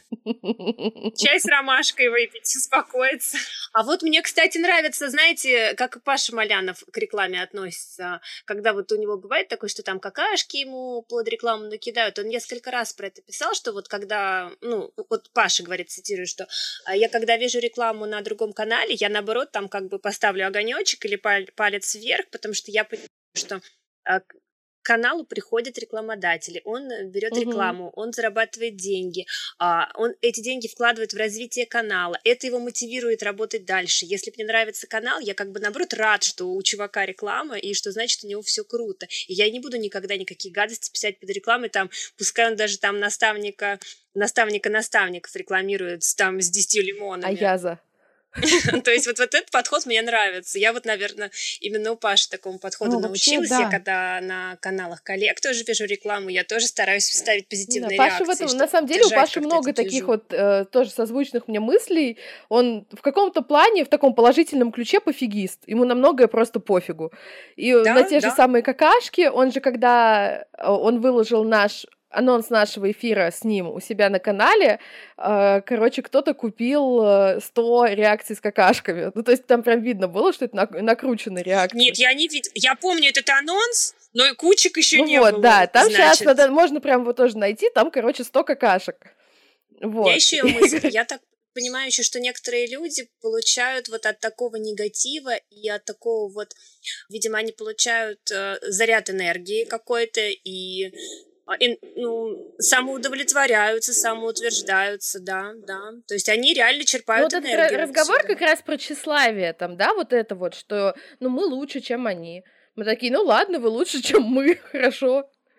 Чай с ромашкой выпить, успокоиться. А вот мне, кстати, нравится, знаете, как и Паша Малянов к рекламе относится. Когда вот у него бывает такое, что там какашки ему под рекламу накидают. Он несколько раз про это писал, что вот когда... Ну, вот Паша говорит, цитирую, что я когда вижу рекламу на другом канале, я, наоборот, там как бы поставлю огонечек или палец вверх, потому что я понимаю, что... К каналу приходят рекламодатели, он берет uh-huh. рекламу, он зарабатывает деньги, он эти деньги вкладывает в развитие канала, это его мотивирует работать дальше. Если мне нравится канал, я как бы наоборот рад, что у чувака реклама, и что значит у него все круто. И я не буду никогда никакие гадости писать под рекламой, там, пускай он даже там наставника, наставника наставников рекламирует там с десятью лимонами. А я за. То есть вот, вот этот подход мне нравится. Я вот, наверное, именно у Паши такому подходу ну, научилась. Вообще, да. Я когда на каналах коллег тоже вижу рекламу, я тоже стараюсь ставить позитивные да, реакции. Паша в этом, на самом деле у Паши много таких вот э, тоже созвучных мне мыслей. Он в каком-то плане, в таком положительном ключе пофигист. Ему на многое просто пофигу. И да, на те да. же самые какашки, он же когда он выложил наш... анонс нашего эфира с ним у себя на канале, э, короче, кто-то купил сто реакций с какашками. Ну, то есть там прям видно было, что это накрученная реакция. Нет, я не видела. Я помню этот анонс, но и кучек еще ну не вот, было. Да, там значит. Сейчас надо, можно прям его тоже найти, там, короче, сто какашек. Вот. Я еще мысль, я так понимаю еще, что некоторые люди получают вот от такого негатива и от такого вот, видимо, они получают э, заряд энергии какой-то и... И, ну, самоудовлетворяются, самоутверждаются, да, да. То есть они реально черпают ну, энергию. Вот этот разговор отсюда. Как раз про тщеславие, там, да, вот это вот, что, ну, мы лучше, чем они. Мы такие, ну, ладно, вы лучше, чем мы, хорошо.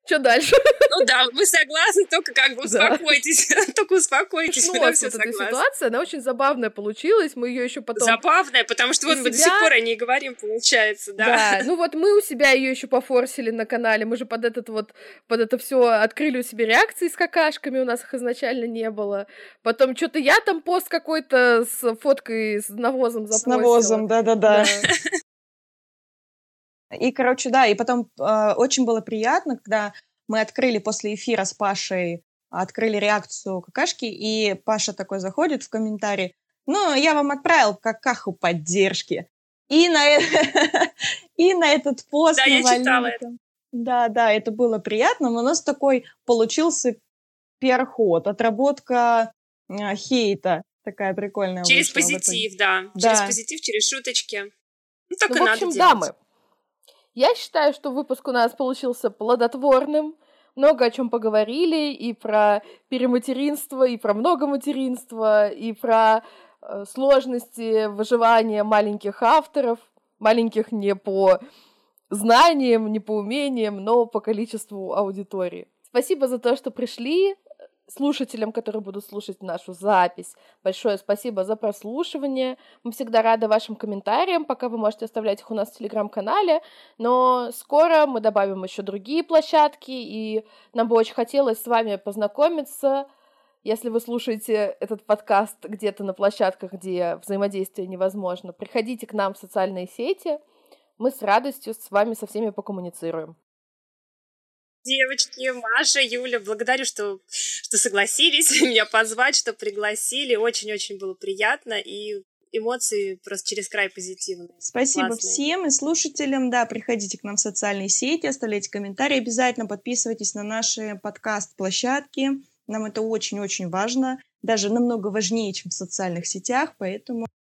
Что дальше? Ну да, мы согласны, только как бы успокойтесь. Да. Только успокойтесь, мы на все вот согласны. Эта ситуация, она очень забавная получилась, мы ее еще потом... Забавная, потому что вот себя... мы до сих пор о ней говорим, получается, да. Да, ну вот мы у себя ее еще пофорсили на канале, мы же под этот вот, под это все открыли у себя реакции с какашками, у нас их изначально не было. Потом что-то я там пост какой-то с фоткой с навозом запостила. С навозом, да-да-да. И, короче, да, и потом э, очень было приятно, когда мы открыли после эфира с Пашей, открыли реакцию какашки, и Паша такой заходит в комментарий: ну, я вам отправил какаху поддержки. И на, и на этот пост да, я читала это. Да, да, это было приятно. У нас такой получился переход, отработка э, хейта. Такая прикольная. Через позитив, да. да. Через позитив, через шуточки. Ну, так ну, и в надо общем, делать. дамы, я считаю, что выпуск у нас получился плодотворным. Много о чем поговорили, и про перематеринство, и про многоматеринство, и про э, сложности выживания маленьких авторов, маленьких не по знаниям, не по умениям, но по количеству аудитории. Спасибо за то, что пришли. Слушателям, которые будут слушать нашу запись, большое спасибо за прослушивание. Мы всегда рады вашим комментариям, пока вы можете оставлять их у нас в Телеграм-канале, но скоро мы добавим еще другие площадки, и нам бы очень хотелось с вами познакомиться. Если вы слушаете этот подкаст где-то на площадках, где взаимодействие невозможно, приходите к нам в социальные сети, мы с радостью с вами со всеми покоммуницируем. Девочки, Маша, Юля, благодарю, что, что согласились меня позвать, что пригласили. Очень-очень было приятно, и эмоции просто через край позитивные. Спасибо классные. Всем и слушателям. Да, приходите к нам в социальные сети, оставляйте комментарии, обязательно подписывайтесь на наши подкаст-площадки. Нам это очень-очень важно, даже намного важнее, чем в социальных сетях, поэтому